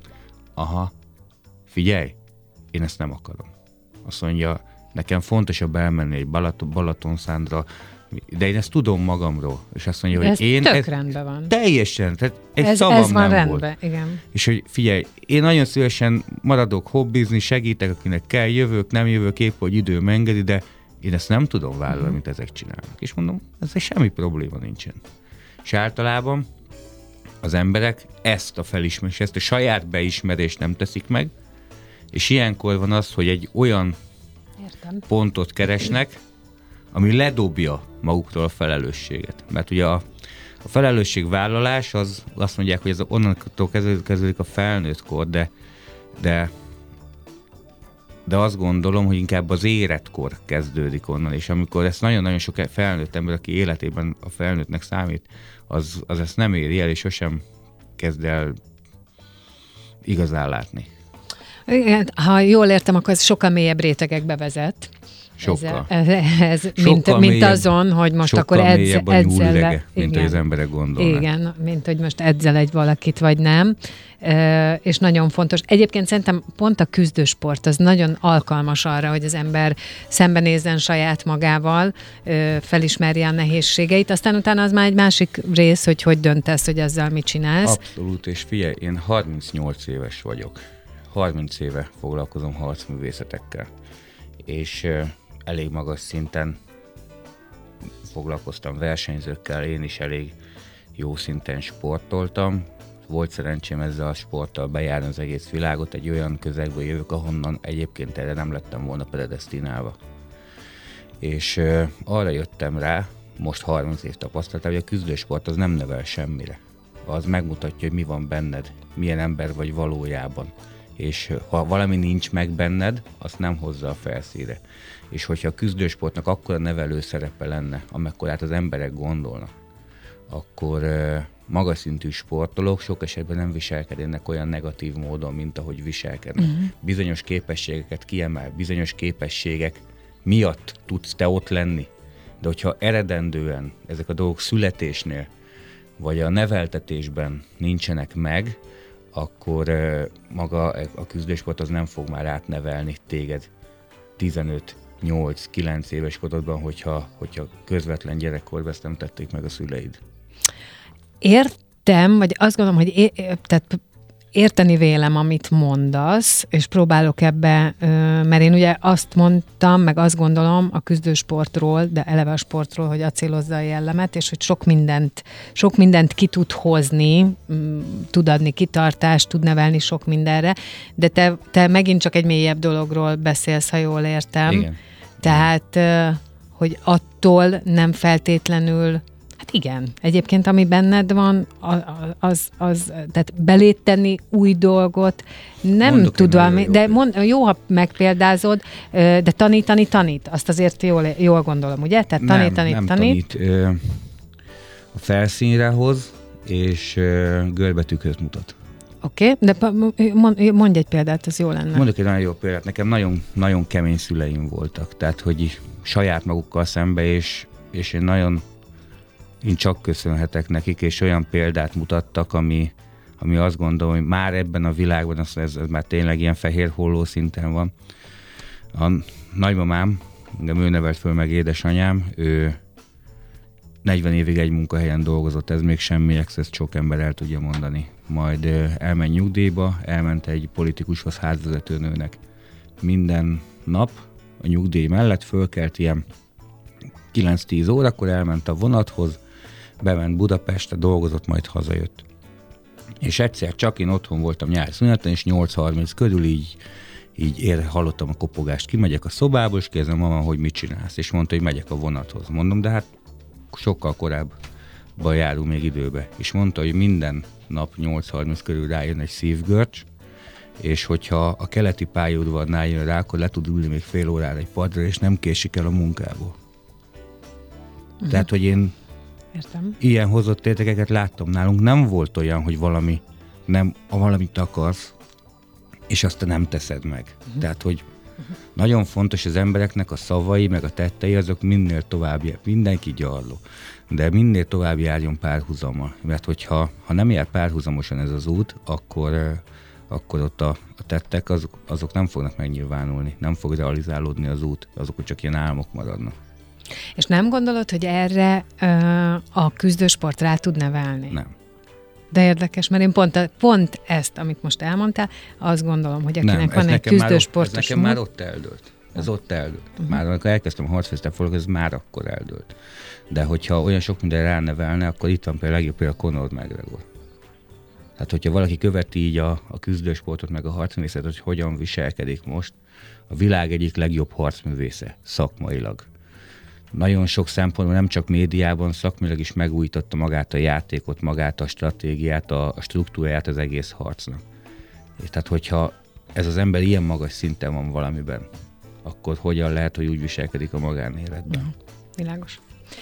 Aha, figyelj, én ezt nem akarom. Azt mondja, nekem fontosabb elmenni egy Balaton, Balatonszándra, de én ezt tudom magamról. És azt mondja, hogy ez én... tök ez rendben van. Teljesen, tehát egy ez, szavam ez van nem rendben, volt. Igen. És hogy figyelj, én nagyon szívesen maradok hobbizni, segítek, akinek kell, jövök, nem jövök, épp, hogy időm engedi, de én ezt nem tudom vállalni, mm. mint ezek csinálnak. És mondom, ezzel semmi probléma nincsen. És általában az emberek ezt a felismerést, ezt a saját beismerést nem teszik meg, és ilyenkor van az, hogy egy olyan Értem. pontot keresnek, ami ledobja maguktól a felelősséget. Mert ugye a, a felelősségvállalás, az azt mondják, hogy ez onnantól kezdődik a felnőtt kor, de, de, de azt gondolom, hogy inkább az életkor kezdődik onnan, és amikor ezt nagyon-nagyon sok felnőtt ember, aki életében a felnőttnek számít, az, az ezt nem éri el, és sosem kezd el igazán látni. Igen, ha jól értem, akkor ez sokkal mélyebb rétegekbe vezet. Sokkal. Ez, ez, mint, mint azon, hogy most akkor edz, edzel. Mint hogy az emberek gondolnak. Igen, mint hogy most edzel egy valakit, vagy nem. E, és nagyon fontos. Egyébként szerintem pont a küzdősport az nagyon alkalmas arra, hogy az ember szembenézzen saját magával, e, felismerje a nehézségeit, aztán utána az már egy másik rész, hogy hogy döntesz, hogy ezzel mit csinálsz. Abszolút, és figyelj, én harmincnyolc éves vagyok. harminc éve foglalkozom harcművészetekkel. És uh, elég magas szinten foglalkoztam versenyzőkkel, én is elég jó szinten sportoltam. Volt szerencsém ezzel a sporttal bejárni az egész világot, egy olyan közegből jövök, ahonnan egyébként erre nem lettem volna predesztinálva. És uh, arra jöttem rá, most harminc év tapasztaltam, hogy a küzdősport az nem nevel semmire. Az megmutatja, hogy mi van benned, milyen ember vagy valójában. És ha valami nincs meg benned, azt nem hozza a felszínre. És hogyha a küzdősportnak akkora nevelő szerepe lenne, amekkorát az emberek gondolnak, akkor magas szintű sportolók sok esetben nem viselkednek olyan negatív módon, mint ahogy viselkednek. Uh-huh. Bizonyos képességeket kiemel, bizonyos képességek miatt tudsz te ott lenni. De hogyha eredendően ezek a dolgok születésnél, vagy a neveltetésben nincsenek meg, akkor maga a küzdősport az nem fog már átnevelni téged tizenöt nyolc kilenc éves korodban, hogyha, hogyha közvetlen gyerekkorban ezt nem tették meg a szüleid. Értem, vagy azt gondolom, hogy é- tehát érteni vélem, amit mondasz, és próbálok ebbe, mert én ugye azt mondtam, meg azt gondolom a küzdősportról, de eleve a sportról, hogy acélozza a jellemet, és hogy sok mindent, sok mindent ki tud hozni, tud adni kitartást, tud nevelni sok mindenre, de te, te megint csak egy mélyebb dologról beszélsz, ha jól értem. Igen. Tehát, hogy attól nem feltétlenül. Hát igen, egyébként ami benned van, az, az tehát belét tenni új dolgot, nem Mondok tudom, jó de mond, jó, ha megpéldázod, de tanítani tanít, azt azért jól, jól gondolom, ugye? Tehát tanítani nem, nem tanít. tanít. A felszínre hoz, és görbetűkhöz mutat. Oké, okay, de mondj egy példát, ez jó lenne. Mondok egy nagyon jó példát, nekem nagyon, nagyon kemény szüleim voltak, tehát hogy saját magukkal szembe, és, és én nagyon Én csak köszönhetek nekik, és olyan példát mutattak, ami, ami azt gondolom, hogy már ebben a világban, ez, ez már tényleg ilyen fehér holló szinten van. A nagymamám, engem ő nevelt föl, meg édesanyám, ő negyven évig egy munkahelyen dolgozott, ez még semmi exesz, sok ember el tudja mondani. Majd elment nyugdíjba, elment egy politikushoz, házvezetőnőnek. Minden nap a nyugdíj mellett fölkelt ilyen kilenc-tíz órakor, elment a vonathoz, bement Budapestre, dolgozott, majd hazajött. És egyszer csak én otthon voltam nyári szüneten, és nyolc harminc körül így, így ér, hallottam a kopogást, kimegyek a szobából, és kérdezem, mama, hogy mit csinálsz? És mondta, hogy megyek a vonathoz. Mondom, de hát sokkal korábban járunk még időbe. És mondta, hogy minden nap nyolc harminc körül rájön egy szívgörcs, és hogyha a keleti pályaudvarnál jön rá, akkor le tud ülni még fél órára egy padra, és nem késik el a munkából. Uh-huh. Tehát, hogy én Értem. ilyen hozott értékeket láttam nálunk. Nem volt olyan, hogy valami, nem, valamit akarsz, és azt nem teszed meg. Uh-huh. Tehát, hogy uh-huh. nagyon fontos az embereknek a szavai, meg a tettei, azok minél tovább, mindenki gyarló, de minél tovább járjon párhuzammal. Mert hogyha ha nem jár párhuzamosan ez az út, akkor, akkor ott a, a tettek, azok, azok nem fognak megnyilvánulni, nem fog realizálódni az út, azok csak ilyen álmok maradnak. És nem gondolod, hogy erre ö, a küzdősport rá tud nevelni? Nem. De érdekes, mert én pont, pont ezt, amit most elmondtál, azt gondolom, hogy akinek nem, van egy küzdősportos... Ez nekem már ott eldőlt. Ez ott eldőlt. Uh-huh. Már amikor elkezdtem a harcfeszttel foglalkozni, ez már akkor eldőlt. De hogyha olyan sok minden ránevelne, akkor itt van például legjobb például Conor McGregor. Tehát, hogyha valaki követi így a, a küzdősportot, meg a harcművészetet, hogy hogyan viselkedik most, a világ egyik legjobb harcművésze szakmailag. Nagyon sok szempontból, nem csak médiában, szakmailag is megújította magát a játékot, magát a stratégiát, a, a struktúráját az egész harcnak. És tehát, hogyha ez az ember ilyen magas szinten van valamiben, akkor hogyan lehet, hogy úgy viselkedik a magánéletben? Uh-huh. Világos.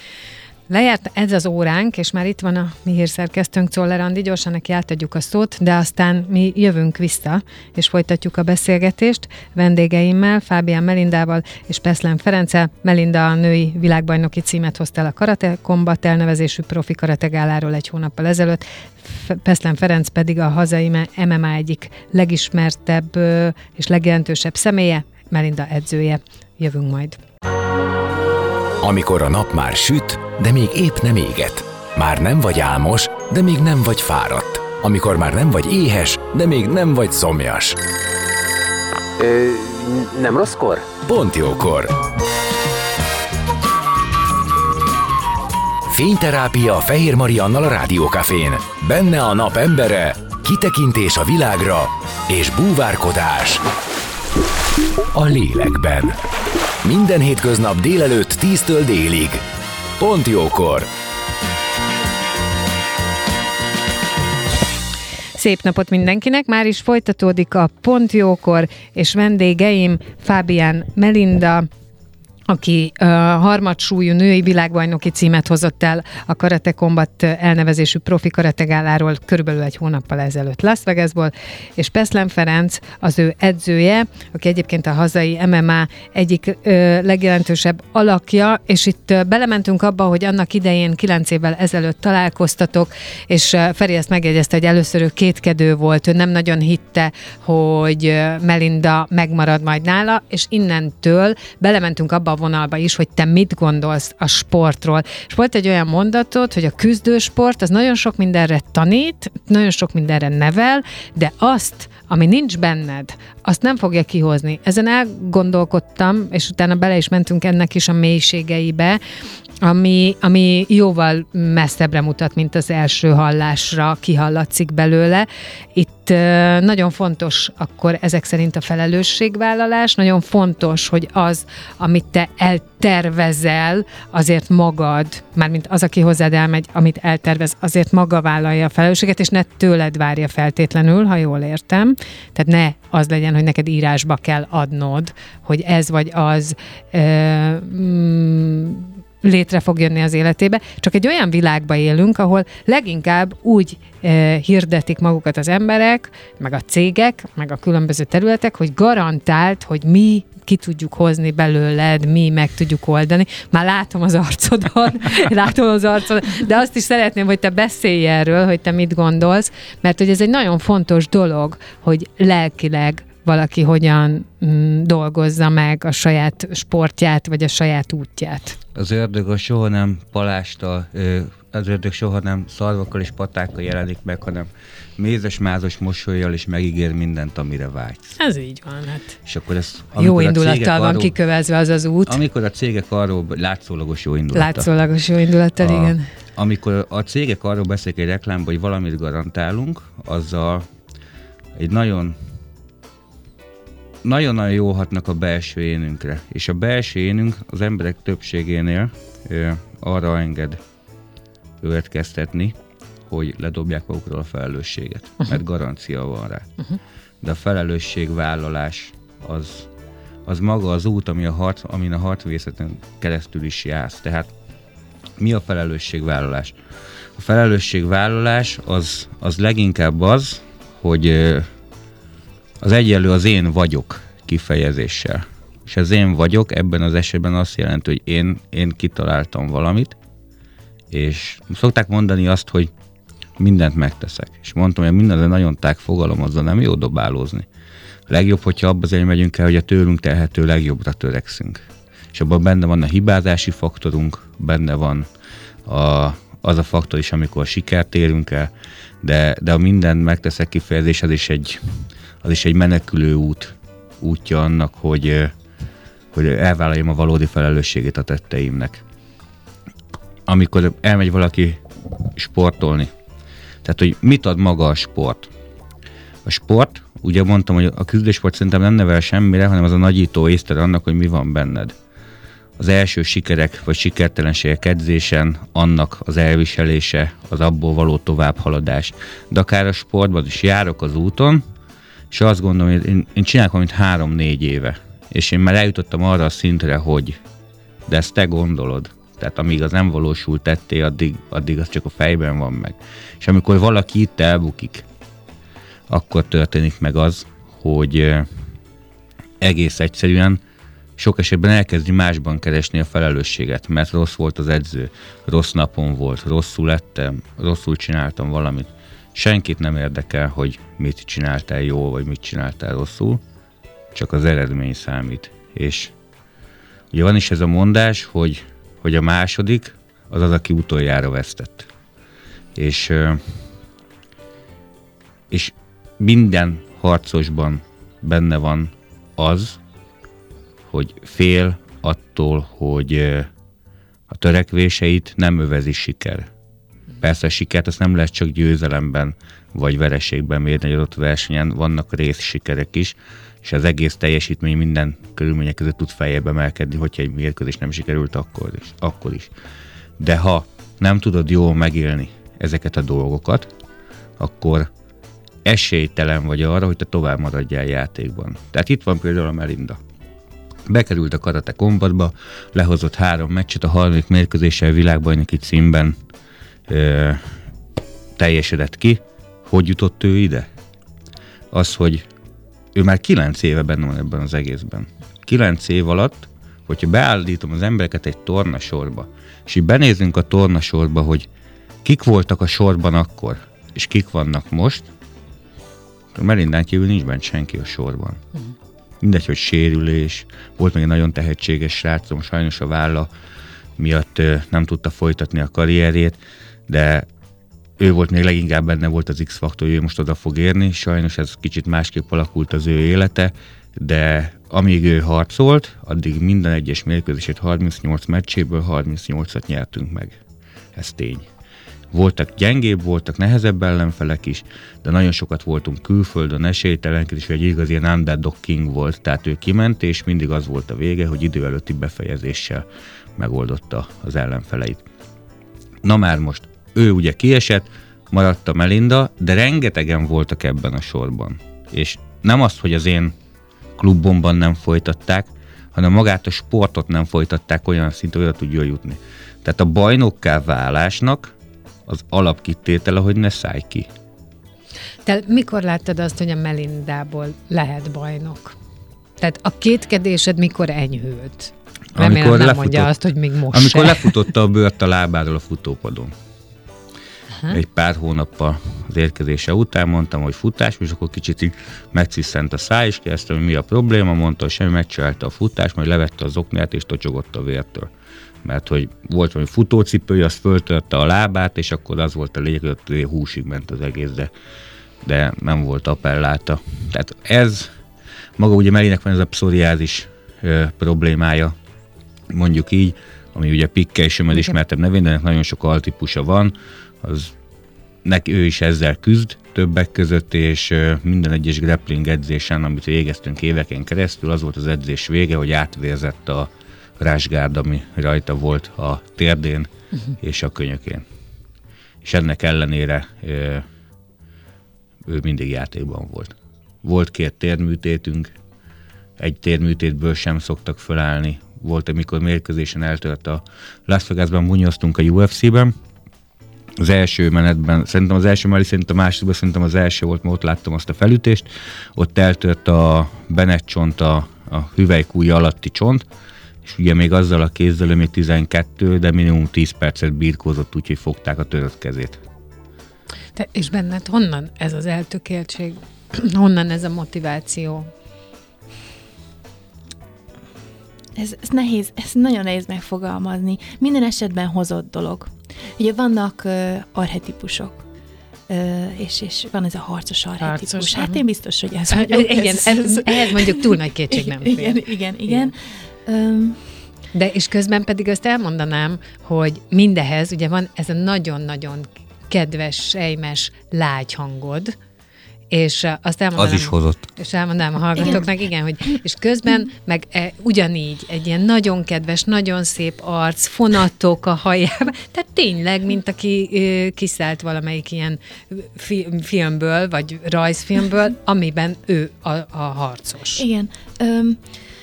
Lejárt ez az óránk, és már itt van a mi hírszerkesztőnk, Czoller Andi, gyorsan neki átadjuk a szót, de aztán mi jövünk vissza, és folytatjuk a beszélgetést vendégeimmel, Fábián Melindával és Peszlen Ferenccel. Melinda a női világbajnoki címet hozta el a Karate Combat elnevezésű profi karategáláról egy hónappal ezelőtt, Peszlen Ferenc pedig a hazai em em á egyik legismertebb és legjelentősebb személye, Melinda edzője. Jövünk majd. Amikor a nap már süt, de még épp nem éget. Már nem vagy álmos, de még nem vagy fáradt. Amikor már nem vagy éhes, de még nem vagy szomjas. Ö, nem rosszkor? Pont jókor. Fényterápia Fehér Mariannal a Rádiókafén. Benne a nap embere, kitekintés a világra és búvárkodás a lélekben. Minden hétköznap délelőtt tíztől délig. Pont jókor. Szép napot mindenkinek, már is folytatódik a Pont jókor, és vendégeim Fábián Melinda, aki uh, harmadsúlyú női világbajnoki címet hozott el a Karate Combat elnevezésű profi karategáláról körülbelül egy hónappal ezelőtt Las Vegasból, és Peszlen Ferenc az ő edzője, aki egyébként a hazai em em á egyik uh, legjelentősebb alakja, és itt uh, belementünk abba, hogy annak idején kilenc évvel ezelőtt találkoztatok, és uh, Feri ezt megjegyezte, hogy először ő kétkedő volt, ő nem nagyon hitte, hogy uh, Melinda megmarad majd nála, és innentől belementünk abba a vonalba is, hogy te mit gondolsz a sportról. És volt egy olyan mondatod, hogy a küzdősport az nagyon sok mindenre tanít, nagyon sok mindenre nevel, de azt, ami nincs benned, azt nem fogja kihozni. Ezen elgondolkodtam, és utána bele is mentünk ennek is a mélységeibe, ami, ami jóval messzebbre mutat, mint az első hallásra kihallatszik belőle. Itt uh, nagyon fontos akkor ezek szerint a felelősségvállalás, nagyon fontos, hogy az, amit te eltervezel, azért magad, mármint az, aki hozzád elmegy, amit eltervez, azért maga vállalja a felelősséget, és ne tőled várja feltétlenül, ha jól értem. Tehát ne az legyen, hogy neked írásba kell adnod, hogy ez vagy az uh, mm, létre fog jönni az életébe, csak egy olyan világban élünk, ahol leginkább úgy e, hirdetik magukat az emberek, meg a cégek, meg a különböző területek, hogy garantált, hogy mi ki tudjuk hozni belőled, mi meg tudjuk oldani. Már látom az arcodon, látom az arcodon, de azt is szeretném, hogy te beszélj erről, hogy te mit gondolsz, mert hogy ez egy nagyon fontos dolog, hogy lelkileg valaki hogyan mm, dolgozza meg a saját sportját, vagy a saját útját. Az ördög a soha nem palásta, az ördög soha nem szarvakkal és patákkal jelenik meg, hanem mézes-mázos mosollyal és megígér mindent, amire vágysz. Ez így van, hát. És akkor ez, jó indulattal van arról, kikövezve az az út. Amikor a cégek arról, látszólagos jó indulattal. Látszólagos jó indulattal, a, igen. Amikor a cégek arról beszélik egy reklámban, hogy valamit garantálunk, azzal egy nagyon nagyon-nagyon jó hatnak a belső énünkre. És a belső énünk az emberek többségénél ö, arra enged következtetni, hogy ledobják magukról a felelősséget. Uh-huh. Mert garancia van rá. Uh-huh. De a felelősségvállalás az, az maga az út, ami a harc, amin a harcvészeten keresztül is jársz. Tehát mi a felelősségvállalás? A felelősségvállalás az, az leginkább az, hogy ö, az egyenlő az én vagyok kifejezéssel. És az én vagyok ebben az esetben azt jelenti, hogy én, én kitaláltam valamit, és szokták mondani azt, hogy mindent megteszek. És mondtam, hogy minden egy nagyon tág fogalom, azzal nem jó dobálózni. A legjobb, hogyha abba azért megyünk el, hogy a tőlünk telhető legjobbra törekszünk. És abban benne van a hibázási faktorunk, benne van a, az a faktor is, amikor sikert érünk el, de, de a mindent megteszek kifejezés, az is egy az is egy menekülő út, útja annak, hogy, hogy elvállaljam a valódi felelősségét a tetteimnek. Amikor elmegy valaki sportolni, tehát, hogy mit ad maga a sport? A sport, ugye mondtam, hogy a küzdősport szerintem nem nevel semmire, hanem az a nagyító észtere annak, hogy mi van benned. Az első sikerek vagy sikertelenségek edzésen, annak az elviselése, az abból való továbbhaladás. De akár a sportban is járok az úton, és azt gondolom, hogy én, én csinálok valamit három-négy éve, és én már eljutottam arra a szintre, hogy de ezt te gondolod. Tehát amíg az nem valósul tetté, addig, addig az csak a fejben van meg. És amikor valaki itt elbukik, akkor történik meg az, hogy egész egyszerűen sok esetben elkezdi másban keresni a felelősséget, mert rossz volt az edző, rossz napon volt, rosszul lettem, rosszul csináltam valamit. Senkit nem érdekel, hogy mit csináltál jól, vagy mit csináltál rosszul, csak az eredmény számít. És ugye van is ez a mondás, hogy, hogy a második az az, aki utoljára vesztett. És, és minden harcosban benne van az, hogy fél attól, hogy a törekvéseit nem övezi siker. Persze a sikert azt nem lehet csak győzelemben vagy vereségben mérni, egy adott versenyen vannak részsikerek is, és az egész teljesítmény minden körülmények között tud feljebb emelkedni, hogyha egy mérkőzés nem sikerült akkor is, akkor is. De ha nem tudod jól megélni ezeket a dolgokat, akkor esélytelen vagy arra, hogy te tovább maradjál játékban. Tehát itt van például a Melinda. Bekerült a Karate Combatba, lehozott három meccset, a harmadik mérkőzéssel világbajnoki címben ö, teljesedett ki. Hogy jutott ő ide? Az, hogy ő már kilenc éve benne van ebben az egészben. Kilenc év alatt, hogyha beállítom az embereket egy tornasorba, és így benézünk a tornasorba, hogy kik voltak a sorban akkor, és kik vannak most, Melindán kívül nincs bent senki a sorban. Uh-huh. Mindegy, hogy sérülés, volt még egy nagyon tehetséges srácom, sajnos a válla miatt ö, nem tudta folytatni a karrierjét, de ő volt még leginkább benne volt az X-faktor, hogy ő most oda fog érni, sajnos ez kicsit másképp alakult az ő élete, de amíg ő harcolt, addig minden egyes mérkőzését harmincnyolc meccséből harmincnyolcat nyertünk meg. Ez tény. Voltak gyengébb, voltak nehezebb ellenfelek is, de nagyon sokat voltunk külföldön, esélytelenként, és egy igazi ilyen underdog king volt, tehát ő kiment, és mindig az volt a vége, hogy idő előtti befejezéssel megoldotta az ellenfeleit. Na már most, ő ugye kiesett, maradt a Melinda, de rengetegen voltak ebben a sorban. És nem azt, hogy az én klubomban nem folytatták, hanem magát a sportot nem folytatták olyan szinten, hogy oda tudjon jutni. Tehát a bajnokká válásnak az alapkitétele, hogy ne szállj ki. Te mikor láttad azt, hogy a Melindából lehet bajnok? Tehát a kétkedésed mikor enyhült? Remélem Amikor nem lefutott, mondja azt, hogy még most Amikor se. lefutotta a bőrt a lábáról a futópadon. Aha. Egy pár hónappal az érkezése után mondtam, hogy futás, és akkor kicsit így megciszent a száj, és kérdeztem, hogy mi a probléma, mondta, hogy semmi, megcsinálta a futás, majd levette az oknyát, és tocsogott a vértől. Mert hogy volt valami futócipője, azt föltörte a lábát, és akkor az volt a lényeg, hogy húsig ment az egész, de, de nem volt appelláta. Tehát ez, maga ugye Melinek van ez a pszoriázis ö, problémája, mondjuk így, ami ugye pikkelyisöm az ismertebb nevén, de ennek nagyon sok altípusa van, az neki ő is ezzel küzd többek között, és ö, minden egyes grappling edzésen, amit végeztünk éveken keresztül, az volt az edzés vége, hogy átvérzett a rásgárd, ami rajta volt a térdén uh-huh. és a könyökén. És ennek ellenére ö, ő mindig játékban volt. Volt két térműtétünk, egy térműtétből sem szoktak fölállni. Volt, amikor mérkőzésen eltört a Las Vegasban, munyoztunk a u ef cé-ben. Az első menetben, szerintem az első mellé, szerintem a másodikban, szerintem az első volt, mert ott láttam azt a felütést. Ott eltört a Bennett csont, a, a hüvelykújja alatti csont, és ugye még azzal a kézzel, még tizenkettő, de minimum tíz percet birkózott, úgyhogy fogták a törött kezét. Te, és benned honnan ez az eltökéltség? Honnan ez a motiváció? Ez, ez nehéz, ez nagyon nehéz megfogalmazni. Minden esetben hozott dolog. Ugye vannak uh, archetípusok, uh, és, és van ez a harcos archetípus. Harcos, hát én biztos, hogy ez vagyok. Igen, ez, ez, ehhez mondjuk túl nagy kétség nem fér. Igen, igen, igen. Um, De és közben pedig azt elmondanám, hogy mindehez ugye van ez a nagyon-nagyon kedves, sejmes, lágy hangod, és azt elmondanám, az is hozott. És elmondanám a hallgatóknak, igen, igen hogy és közben meg e, ugyanígy egy ilyen nagyon kedves, nagyon szép arc, fonatok a hajában, tehát tényleg, mint aki e, kiszállt valamelyik ilyen fi, filmből, vagy rajzfilmből, amiben ő a, a harcos. Igen. Um,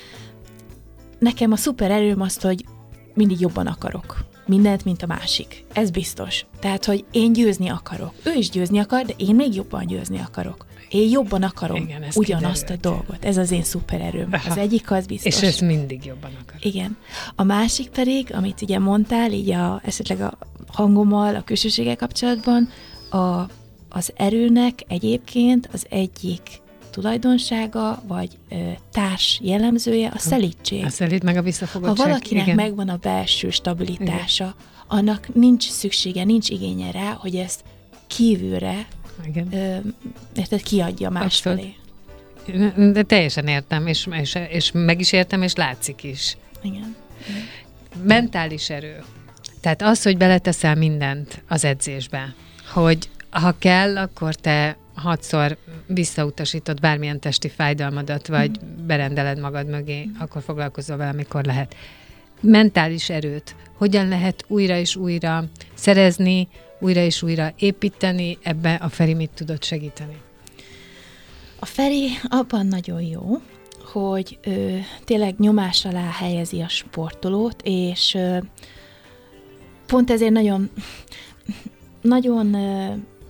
nekem a szuper erőm az, hogy mindig jobban akarok. Mindent, mint a másik. Ez biztos. Tehát, hogy én győzni akarok. Ő is győzni akar, de én még jobban győzni akarok. Én jobban akarom igen, ugyanazt kiderült. A dolgot. Ez az én szupererőm. Az egyik az biztos. És ezt mindig jobban akar. Igen. A másik pedig, amit ugye mondtál, így a, esetleg a hangommal, a külsőséggel kapcsolatban, a, az erőnek egyébként az egyik tulajdonsága, vagy ö, társ jellemzője a szelídség. A szelíd meg a visszafogottság. Ha valakinek igen. megvan a belső stabilitása, igen. annak nincs szüksége, nincs igénye rá, hogy ezt kívülre igen. Ö, érted, kiadja másfelé. De teljesen értem, és, és, és meg is értem, és látszik is. Igen. Igen. Mentális erő. Tehát az, hogy beleteszel mindent az edzésbe, hogy ha kell, akkor te hatszor visszautasítod bármilyen testi fájdalmadat, vagy mm. berendeled magad mögé, mm. akkor foglalkozol vele, amikor lehet. Mentális erőt hogyan lehet újra és újra szerezni, újra és újra építeni, ebbe a Feri mit tudott segíteni? A Feri abban nagyon jó, hogy ö, tényleg nyomás alá helyezi a sportolót, és ö, pont ezért nagyon, nagyon ö,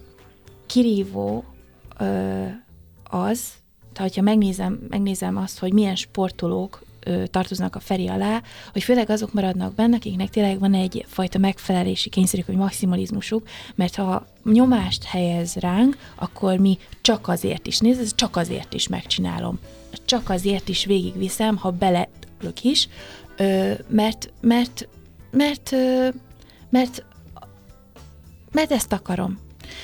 kirívó ö, az, tehát ha megnézem, megnézem azt, hogy milyen sportolók ö, tartoznak a Feri alá, hogy főleg azok maradnak benne, akiknek tényleg van egyfajta megfelelési kényszerük, vagy maximalizmusuk, mert ha nyomást helyez ránk, akkor mi csak azért is, nézd, ez csak azért is megcsinálom. Csak azért is végigviszem, ha beledöglök is, ö, mert, mert, mert, ö, mert, mert ezt akarom.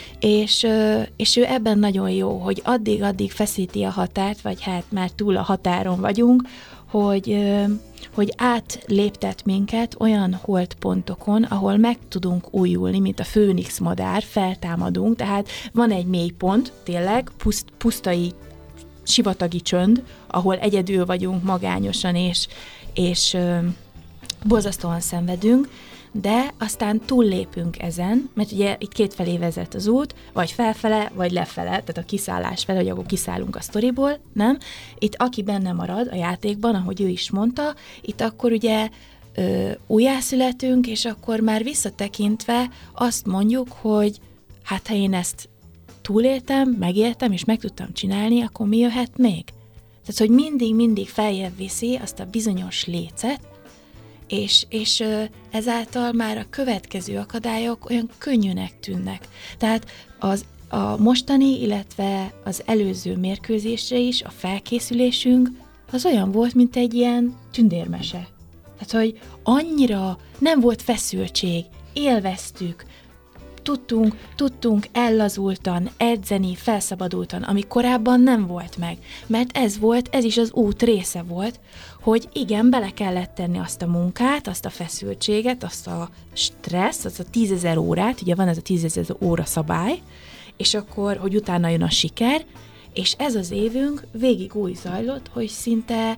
És, és ő ebben nagyon jó, hogy addig-addig feszíti a határt, vagy hát már túl a határon vagyunk, hogy, hogy átléptet minket olyan holdpontokon, ahol meg tudunk újulni, mint a főnix madár, feltámadunk, tehát van egy mély pont, tényleg, puszt, pusztai, sivatagi csönd, ahol egyedül vagyunk magányosan, és, és borzasztóan szenvedünk, de aztán túllépünk ezen, mert ugye itt kétfelé vezet az út, vagy felfele, vagy lefele, tehát a kiszállás fel, hogy akkor kiszállunk a sztoriból, nem? Itt aki benne marad a játékban, ahogy ő is mondta, itt akkor ugye ö, újjászületünk, és akkor már visszatekintve azt mondjuk, hogy hát ha én ezt túléltem, megéltem, és meg tudtam csinálni, akkor mi jöhet még? Tehát, hogy mindig-mindig feljebb viszi azt a bizonyos lécet, és, és ezáltal már a következő akadályok olyan könnyűnek tűnnek. Tehát az, a mostani, illetve az előző mérkőzésre is a felkészülésünk az olyan volt, mint egy ilyen tündérmese. Tehát, hogy annyira nem volt feszültség, élveztük, tudtunk, tudtunk ellazultan, edzeni, felszabadultan, ami korábban nem volt meg. Mert ez volt, ez is az út része volt, hogy igen, bele kellett tenni azt a munkát, azt a feszültséget, azt a stressz, azt a tízezer órát, ugye van ez a tízezer óra szabály, és akkor, hogy utána jön a siker, és ez az évünk végig úgy zajlott, hogy szinte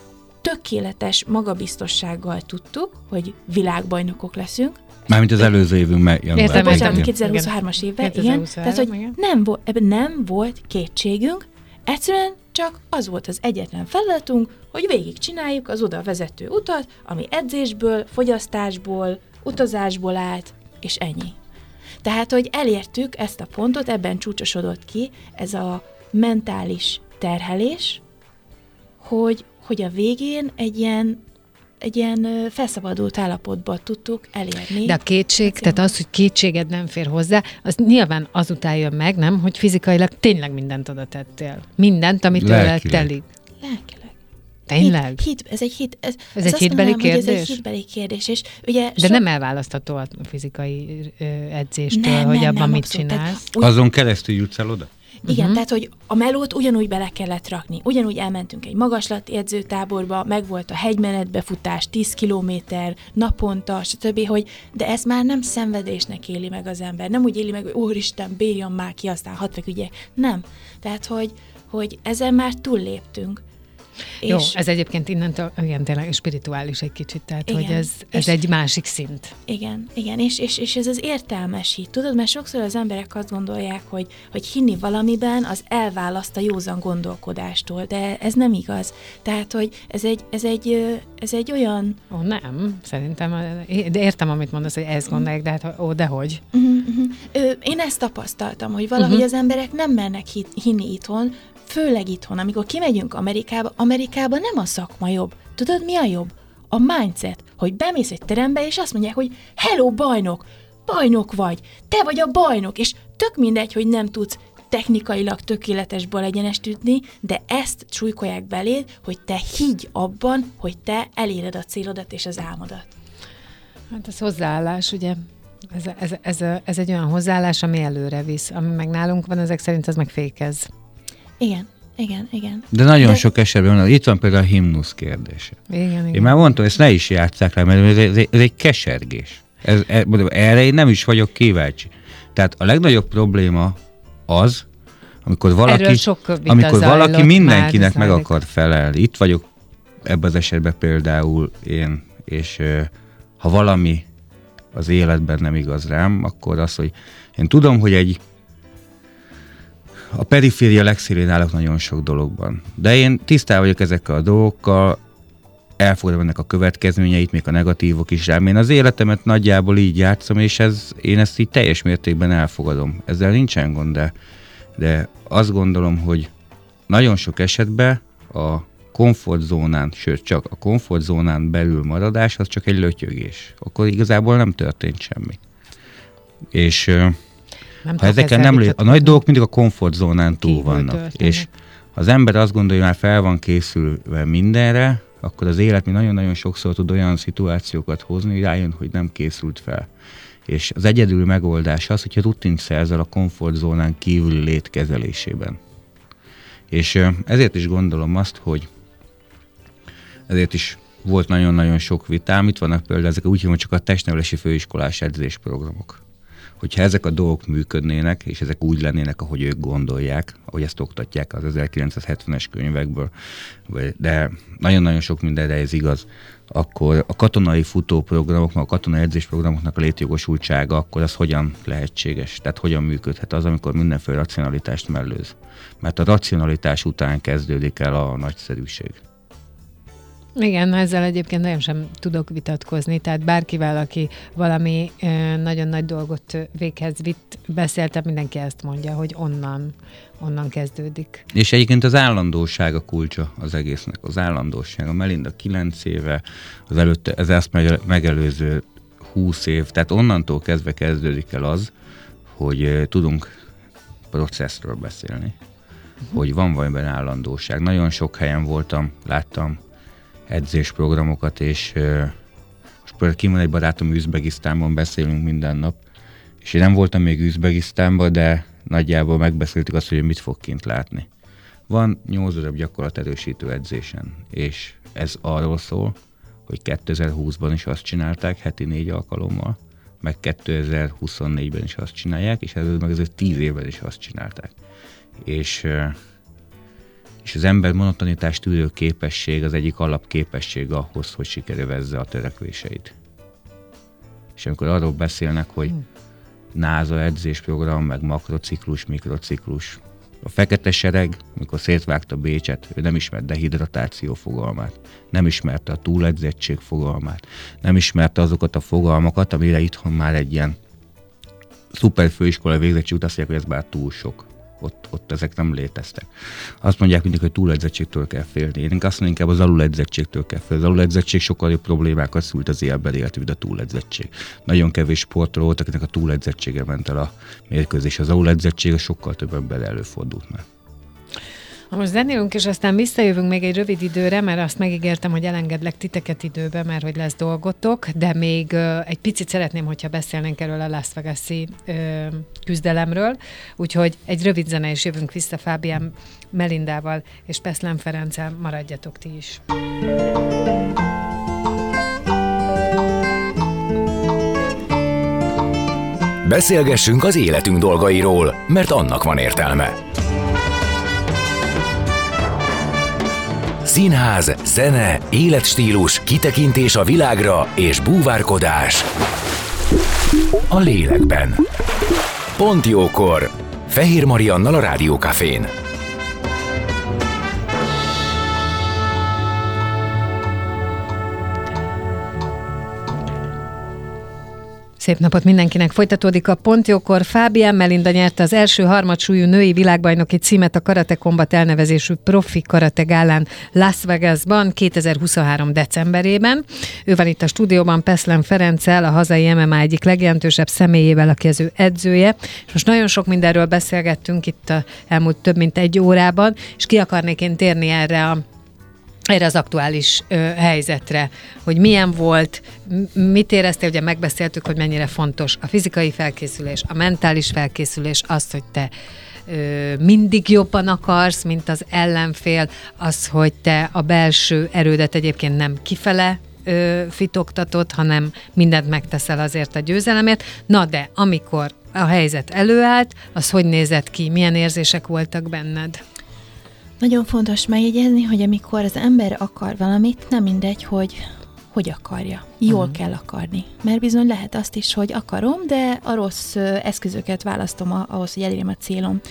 tökéletes magabiztossággal tudtuk, hogy világbajnokok leszünk. Mármint az előző évünk meg. Értem, bocsánat, kétezer-huszonhármas évben, igen. Tehát, hogy nem, vo- ebben nem volt kétségünk, egyszerűen csak az volt az egyetlen feladatunk, hogy végigcsináljuk az oda vezető utat, ami edzésből, fogyasztásból, utazásból állt, és ennyi. Tehát, hogy elértük ezt a pontot, ebben csúcsosodott ki ez a mentális terhelés, hogy, hogy a végén egy ilyen egy ilyen felszabadult állapotba tudtuk elérni. De a kétség, tehát az, hogy kétséged nem fér hozzá, az nyilván azután jön meg, nem? Hogy fizikailag tényleg mindent oda tettél. Mindent, amit tőle telik. Lelkileg. Tényleg? Hit, hit, ez egy hit. Ez, ez egy hitbeli mondanám, kérdés? Ez egy hitbeli kérdés. És ugye De so... nem elválasztható a fizikai ö, edzéstől, nem, hogy nem, abban nem, mit abszolút. csinálsz. Úgy... Azon keresztül jutsz el oda? Igen, uh-huh. tehát, hogy a melót ugyanúgy bele kellett rakni. Ugyanúgy elmentünk egy magaslati edzőtáborba, meg volt a hegymenetbefutás, tíz kilométer, naponta, stb., hogy de ezt már nem szenvedésnek éli meg az ember. Nem úgy éli meg, hogy úristen, bírjam már ki, aztán hadd feküdjek. Nem. Tehát, hogy, hogy ezen már túlléptünk. Jó, és ez egyébként innentől igen, tényleg spirituális egy kicsit, tehát igen, hogy ez, ez egy másik szint. Igen, igen, és, és, és ez az értelmes hit. Tudod, mert sokszor az emberek azt gondolják, hogy, hogy hinni valamiben az elválaszt a józan gondolkodástól, de ez nem igaz. Tehát, hogy ez egy, ez egy, ez egy olyan... Ó, nem, szerintem, de értem, amit mondasz, hogy ezt gondolják, de hát ó, dehogy. Uh-huh, uh-huh. Ö, én ezt tapasztaltam, hogy valahogy uh-huh. az emberek nem mernek hit, hinni itthon, főleg itthon, amikor kimegyünk Amerikába, Amerikában nem a szakma jobb. Tudod, mi a jobb? A mindset, hogy bemész egy terembe, és azt mondják, hogy hello, bajnok, bajnok vagy, te vagy a bajnok, és tök mindegy, hogy nem tudsz technikailag tökéletesből egyenest ütni, de ezt súlykolják beléd, hogy te higgy abban, hogy te eléred a célodat és az álmodat. Hát ez hozzáállás, ugye? Ez, ez, ez, ez egy olyan hozzáállás, ami előre visz. Ami meg nálunk van, ezek szerint ez meg fékez. Igen, igen, igen. De nagyon De... sok esetben van, itt van például a himnusz kérdése. Igen, igen. Én már mondtam, ezt ne is játsszák rá, mert ez egy, ez egy kesergés. Ez, ez, erre én nem is vagyok kíváncsi. Tehát a legnagyobb probléma az, amikor valaki, amikor valaki mindenkinek meg akar felelni. Itt vagyok ebben az esetben például én, és ha valami az életben nem igaz rám, akkor az, hogy én tudom, hogy egy a periféria legszélén állok nagyon sok dologban. De én tisztában vagyok ezekkel a dolgokkal, elfogadom ennek a következményeit, még a negatívok is rám. Én az életemet nagyjából így játszom, és ez, én ezt így teljes mértékben elfogadom. Ezzel nincsen gond, de, de azt gondolom, hogy nagyon sok esetben a komfortzónán, sőt csak a komfortzónán belül maradás, az csak egy lötyögés. Akkor igazából nem történt semmi. És nem ha ezeken nem lé... a nagy dolgok mindig a komfortzónán túl vannak. Történni. És az ember azt gondolja, hogy már fel van készülve mindenre, akkor az élet mi nagyon-nagyon sokszor tud olyan szituációkat hozni, hogy rájön, hogy nem készült fel. És az egyedül megoldás az, hogyha rutint szerzel a komfortzónán kívüli lét kezelésében. És ezért is gondolom azt, hogy ezért is volt nagyon-nagyon sok vitám. Itt vannak például ezek úgy hívom, csak a testnevelési főiskolás edzésprogramok. Hogyha ezek a dolgok működnének, és ezek úgy lennének, ahogy ők gondolják, ahogy ezt oktatják az ezerkilencszázhetvenes könyvekből, de nagyon-nagyon sok mindenre ez igaz, akkor a katonai futóprogramok, a katonai edzésprogramoknak a létjogosultsága, akkor az hogyan lehetséges? Tehát hogyan működhet az, amikor mindenféle racionalitást mellőz? Mert a racionalitás után kezdődik el a nagyszerűség. Igen, ezzel egyébként nagyon sem tudok vitatkozni, tehát bárkivel, aki valami ö, nagyon nagy dolgot véghez vitt, beszéltem, mindenki ezt mondja, hogy onnan, onnan kezdődik. És egyébként az állandóság a kulcsa az egésznek, az állandóság. A Melinda kilenc éve, az előtte, ez ezt megelőző húsz év, tehát onnantól kezdve kezdődik el az, hogy tudunk processzről beszélni, uh-huh. hogy van valamiben állandóság. Nagyon sok helyen voltam, láttam edzésprogramokat, és uh, most például ki van egy barátom, Üzbegisztánban beszélünk minden nap, és én nem voltam még Üzbegisztánban, de nagyjából megbeszéltük azt, hogy mit fog kint látni. Van nyolc darab gyakorlaterősítő edzésen, és ez arról szól, hogy kétezer-húszban is azt csinálták, heti négy alkalommal, meg kétezer-huszonnégyben is azt csinálják, és ez meg azért tíz évben is azt csinálták. És uh, és az ember monotonitást tűrő képesség az egyik alapképesség ahhoz, hogy sikerülvezze a törekvéseit. És amikor arról beszélnek, hogy NASA edzésprogram, meg makrociklus, mikrociklus. A fekete sereg, amikor szétvágta Bécset, ő nem ismert dehidratáció fogalmát, nem ismerte a túledzettség fogalmát, nem ismerte azokat a fogalmakat, amire itthon már egy ilyen szuper főiskola végzettség után azt mondják, hogy ez már túl sok. Ott, ott ezek nem léteztek. Azt mondják mindig, hogy túledzettségtől kell félni. Én azt mondom, inkább az aluledzettségtől kell félni. Az aluledzettség sokkal jobb problémákat szült az élben élt, mint a túledzettség. Nagyon kevés sportoló volt, akinek a túledzettsége ment el a mérkőzés. Az aluledzettség sokkal több ember előfordult már. Most zenélünk, és aztán visszajövünk még egy rövid időre, mert azt megígértem, hogy elengedlek titeket időbe, mert hogy lesz dolgotok, de még ö, egy picit szeretném, hogyha beszélnénk erről a Las Vegas-i ö, küzdelemről, úgyhogy egy rövid zene, és jövünk vissza Fábián Melindával és Peszlen Ferenccel, maradjatok ti is. Beszélgessünk az életünk dolgairól, mert annak van értelme. Színház, zene, életstílus, kitekintés a világra és búvárkodás a lélekben. Pont jókor! Fehér Mariannal a Rádió Cafén. Szép napot mindenkinek! Folytatódik a Pont jókor. Fábián Melinda nyerte az első harmadsúlyú női világbajnoki címet a Karate Combat elnevezésű profi karate gálán Las Vegasban kétezer-huszonhárom decemberében. Ő van itt a stúdióban Peszlen Ferenccel, a hazai em em á egyik legjelentősebb személyével, aki az ő edzője. És most nagyon sok mindenről beszélgettünk itt a elmúlt több mint egy órában, és ki akarnék én térni erre a erre az aktuális ö, helyzetre, hogy milyen volt, mit éreztél, ugye megbeszéltük, hogy mennyire fontos a fizikai felkészülés, a mentális felkészülés, az, hogy te ö, mindig jobban akarsz, mint az ellenfél, az, hogy te a belső erődet egyébként nem kifele ö, fitoktatod, hanem mindent megteszel azért a győzelemért. Na de, amikor a helyzet előállt, az hogy nézett ki, milyen érzések voltak benned? Nagyon fontos megjegyezni, hogy amikor az ember akar valamit, nem mindegy, hogy hogy akarja. Jól uh-huh. kell akarni. Mert bizony lehet azt is, hogy akarom, de a rossz eszközöket választom ahhoz, hogy elérjem a célom.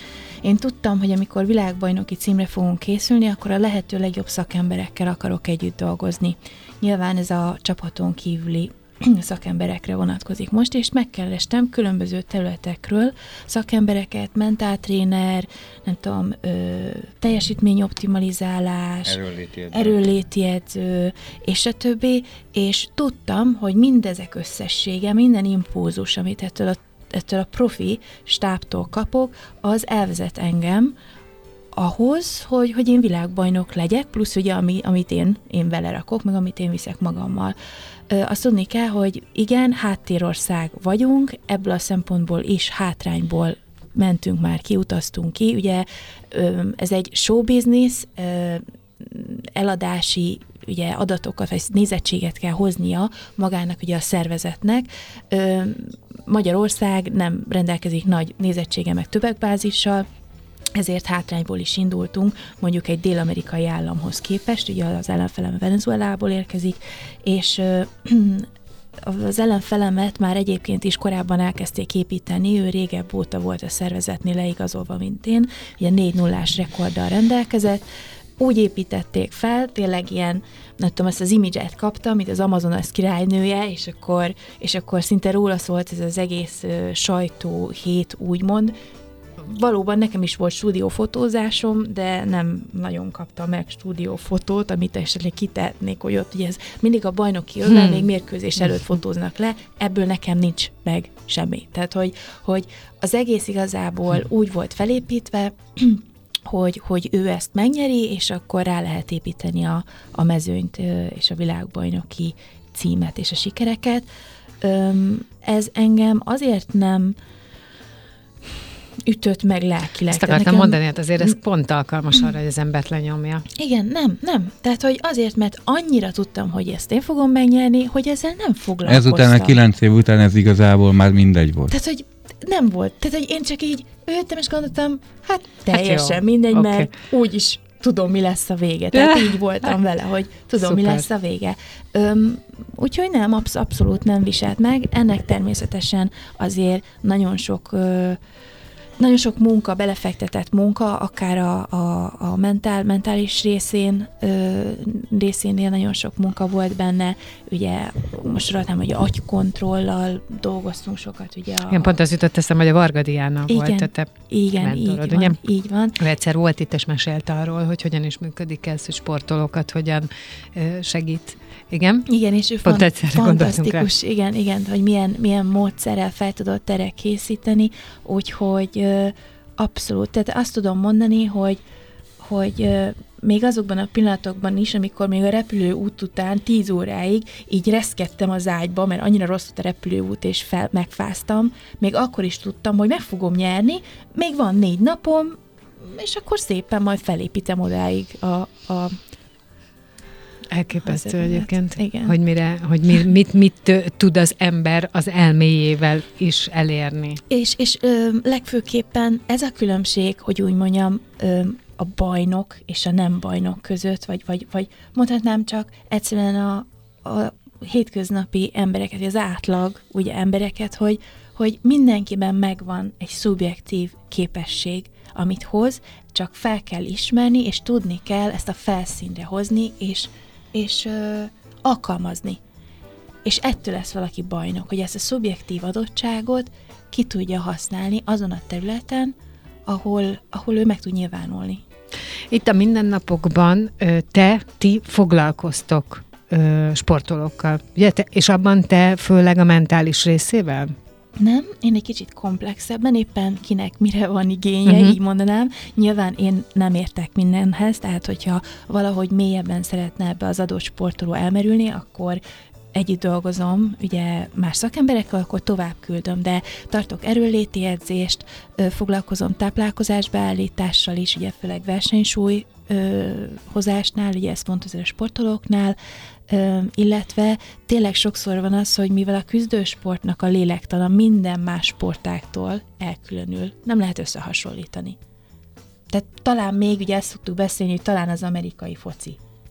Én tudtam, hogy amikor világbajnoki címre fogunk készülni, akkor a lehető legjobb szakemberekkel akarok együtt dolgozni. Nyilván ez a csapaton kívüli szakemberekre vonatkozik most, és megkerestem különböző területekről szakembereket, mentáltréner, nem tudom, ö, teljesítményoptimalizálás, Erőnléti edző. erőnléti edző, és a többi, és tudtam, hogy mindezek összessége, minden impulzus, amit ettől a, ettől a profi stábtól kapok, az elvezet engem ahhoz, hogy, hogy én világbajnok legyek, plusz ugye, ami, amit én, én vele rakok, meg amit én viszek magammal. Ö, azt tudni kell, hogy igen, háttérország vagyunk, ebből a szempontból is hátrányból mentünk már ki, utaztunk ki. Ugye ö, ez egy showbusiness, ö, eladási ugye adatokat, vagy nézettséget kell hoznia magának ugye a szervezetnek. Ö, Magyarország nem rendelkezik nagy nézettsége meg tömegbázissal, ezért hátrányból is indultunk, mondjuk egy dél-amerikai államhoz képest, ugye az ellenfelem Venezuelából érkezik, és az ellenfelemet már egyébként is korábban elkezdték építeni, ő régebb óta volt a szervezetnél leigazolva, mint én, ugye négy nullás rekorddal rendelkezett, úgy építették fel, tényleg ilyen, nem tudom, ezt az imidzset kaptam, mint az Amazonas királynője, és akkor, és akkor szinte róla szólt ez az egész uh, sajtó hét, úgymond. Valóban nekem is volt stúdiófotózásom, de nem nagyon kaptam meg stúdiófotót, amit esetleg kitehetnék, hogy ott ugye ez mindig a bajnoki ölben, hmm. még mérkőzés előtt fotóznak le, ebből nekem nincs meg semmi. Tehát, hogy, hogy az egész igazából hmm. úgy volt felépítve, hogy, hogy ő ezt megnyeri, és akkor rá lehet építeni a, a mezőnyt és a világbajnoki címet és a sikereket. Ez engem azért nem ütött meg lelkileg. Ezt akartam nekem... mondani, hát azért ez pont alkalmas arra, hogy az embert lenyomja. Igen, nem, nem. Tehát, hogy azért, mert annyira tudtam, hogy ezt én fogom megnyerni, hogy ezzel nem foglalkoztam. Ezután a kilenc év után ez igazából már mindegy volt. Tehát, hogy nem volt. Tehát, hogy én csak így ültem, és gondoltam, hát teljesen hát mindegy, okay. mert úgyis tudom, mi lesz a vége. Tehát így voltam vele, hogy tudom, Szuper. Mi lesz a vége. Öm, úgyhogy nem, absz- abszolút nem viselt meg. Ennek természetesen azért nagyon sok... Ö, Nagyon sok munka, belefektetett munka, akár a, a, a mentál, mentális részén, ö, részénél nagyon sok munka volt benne. Ugye most rajtam, hogy agykontrollal dolgoztunk sokat. Ugye a, igen, pont az jutott eszem, hogy a Varga Diana igen, volt a te igen, mentorod, így ugye? van, így van. Ő egyszer volt itt, és mesélte arról, hogy hogyan is működik ez, hogy sportolókat hogyan ö, segít. Igen? Igen, és ő Pont fant- fantasztikus, rá. igen, igen, hogy milyen, milyen módszerrel fel tudott erre készíteni, úgyhogy ö, abszolút, tehát azt tudom mondani, hogy, hogy ö, még azokban a pillanatokban is, amikor még a repülőút után tíz óráig így reszkedtem az ágyba, mert annyira rossz volt a repülőút, és fel, megfáztam, még akkor is tudtam, hogy meg fogom nyerni, még van négy napom, és akkor szépen majd felépítem odáig a, a Elképesztő egyébként, igen. hogy, mire, hogy mi, mit, mit tud az ember az elméjével is elérni. És, és ö, legfőképpen ez a különbség, hogy úgy mondjam, ö, a bajnok és a nem bajnok között, vagy, vagy, vagy mondhatnám csak egyszerűen a, a hétköznapi embereket, az átlag ugye embereket, hogy, hogy mindenkiben megvan egy szubjektív képesség, amit hoz, csak fel kell ismerni, és tudni kell ezt a felszínre hozni, és és ö, alkalmazni. És ettől lesz valaki bajnok, hogy ezt a szubjektív adottságot ki tudja használni azon a területen, ahol, ahol ő meg tud nyilvánulni. Itt a mindennapokban te, ti foglalkoztok ö, sportolókkal, ugye? Te, és abban te főleg a mentális részével? Nem, én egy kicsit komplexebben, éppen kinek mire van igénye, uh-huh. így mondanám. Nyilván én nem értek mindenhez, tehát hogyha valahogy mélyebben szeretne ebbe az adott sportoló elmerülni, akkor együtt dolgozom, ugye más szakemberekkel, akkor tovább küldöm, de tartok erőnléti edzést, foglalkozom táplálkozás beállítással is, ugye főleg versenysúly ö, hozásnál, ugye ez fontos a sportolóknál, ö, illetve tényleg sokszor van az, hogy mivel a küzdősportnak a lélektana minden más sportáktól elkülönül, nem lehet összehasonlítani. Tehát talán még, ugye ezt szoktuk beszélni, hogy talán az amerikai foci.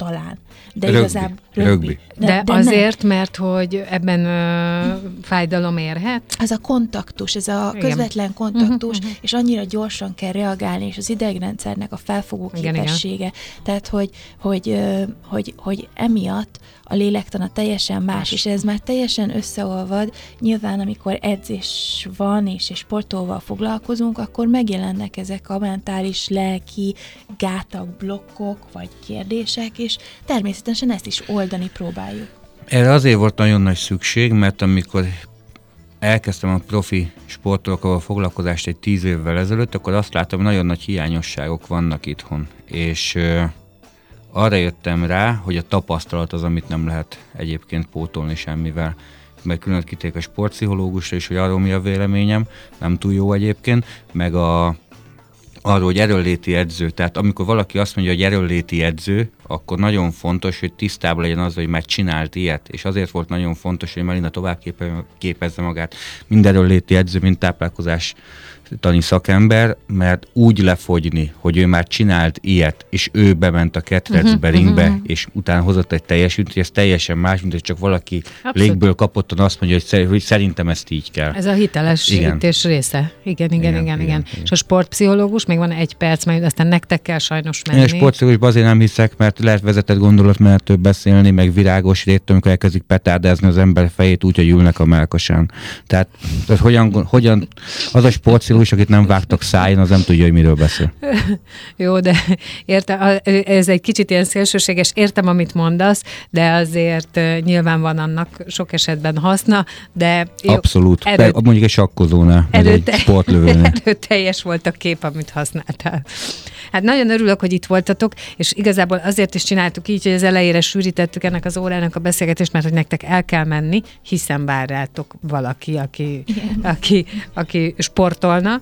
talán. De Rögbi. igazából Rögbi. rögbi. De, de, de azért, nem. mert hogy ebben ö, fájdalom érhet? Ez a kontaktus, ez a Igen. közvetlen kontaktus, Uh-huh, uh-huh. és annyira gyorsan kell reagálni, és az idegrendszernek a felfogó Igen, képessége. Igen. Tehát, hogy, hogy, hogy, hogy emiatt a lélektana teljesen más, más, és ez már teljesen összeolvad. Nyilván, amikor edzés van, és, és sportolval foglalkozunk, akkor megjelennek ezek a mentális, lelki gátak, blokkok, vagy kérdések, és természetesen ezt is oldani próbáljuk. Erre azért volt nagyon nagy szükség, mert amikor elkezdtem a profi sportolókkal a foglalkozást egy tíz évvel ezelőtt, akkor azt láttam, hogy nagyon nagy hiányosságok vannak itthon. És uh, arra jöttem rá, hogy a tapasztalat az, amit nem lehet egyébként pótolni semmivel. Meg külön kitérek a sportpszichológusra is, hogy arról mi a véleményem, nem túl jó egyébként, meg a arról, hogy erőnléti edző. Tehát amikor valaki azt mondja, hogy erőnléti edző, akkor nagyon fontos, hogy tisztában legyen az, hogy már csinált ilyet. És azért volt nagyon fontos, hogy Melinda tovább képe, képezze magát mind erőnléti edző, mind táplálkozás tani szakember, mert úgy lefogyni, hogy ő már csinált ilyet, és ő bement a ketrecbe, uh-huh, ringbe, uh-huh. és utána hozott egy teljesítményt, ez teljesen más, mint hogy csak valaki Abszolút. légből kapottan azt mondja, hogy, hogy szerintem ezt így kell. Ez a hitelesítés része. Igen, igen, igen, igen, igen, igen. És a sportpszichológus, még van egy perc, majd aztán nektek kell sajnos menni. Én a sportpszichológusban azért nem hiszek, mert lehet vezetett gondolatmenetről beszélni, meg virágos réttől, amikor elkezdik petárdázni az ember fejét úgy, hogy ülnek a mellkasán. Tehát, tehát hogyan, hogyan az a sportpszichológus, akit nem vágtak száján, az nem tudja, hogy miről beszél. Jó, de értem, ez egy kicsit ilyen szélsőséges, értem, amit mondasz, de azért nyilván van annak sok esetben haszna, de... Jó, abszolút. Erőt, mondjuk egy sakkozónál, erőt, egy sportlövőnél. Erőteljes volt a kép, amit használtál. Hát nagyon örülök, hogy itt voltatok, és igazából azért is csináltuk így, hogy az elejére sűrítettük ennek az órának a beszélgetést, mert hogy nektek el kell menni, hiszen vár rátok valaki, aki, aki, aki sportolna,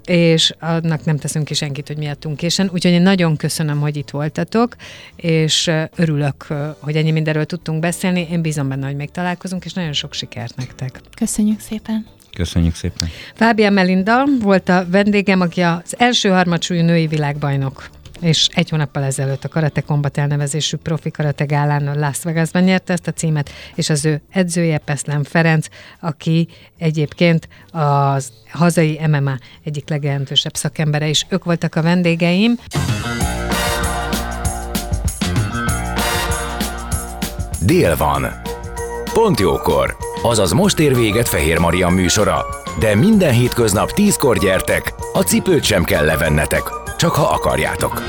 és annak nem teszünk ki senkit, hogy miattunk készen. Úgyhogy én nagyon köszönöm, hogy itt voltatok, és örülök, hogy ennyi mindenről tudtunk beszélni. Én bízom benne, hogy még találkozunk, és nagyon sok sikert nektek. Köszönjük szépen! Köszönjük szépen! Fábián Melinda volt a vendégem, aki az első harmadsúlyú női világbajnok, és egy hónappal ezelőtt a Karate Combat elnevezésű profi karate gálán Las Vegasban nyerte ezt a címet, és az ő edzője Peszlán Ferenc, aki egyébként az hazai em em á egyik legjelentősebb szakembere, és ők voltak a vendégeim. Dél van. Pont jókor. Azaz most ér véget Fehér Marian műsora. De minden hétköznap tízkor gyertek, a cipőt sem kell levennetek, csak ha akarjátok.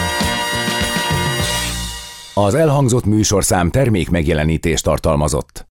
Az elhangzott műsorszám termék megjelenítést tartalmazott.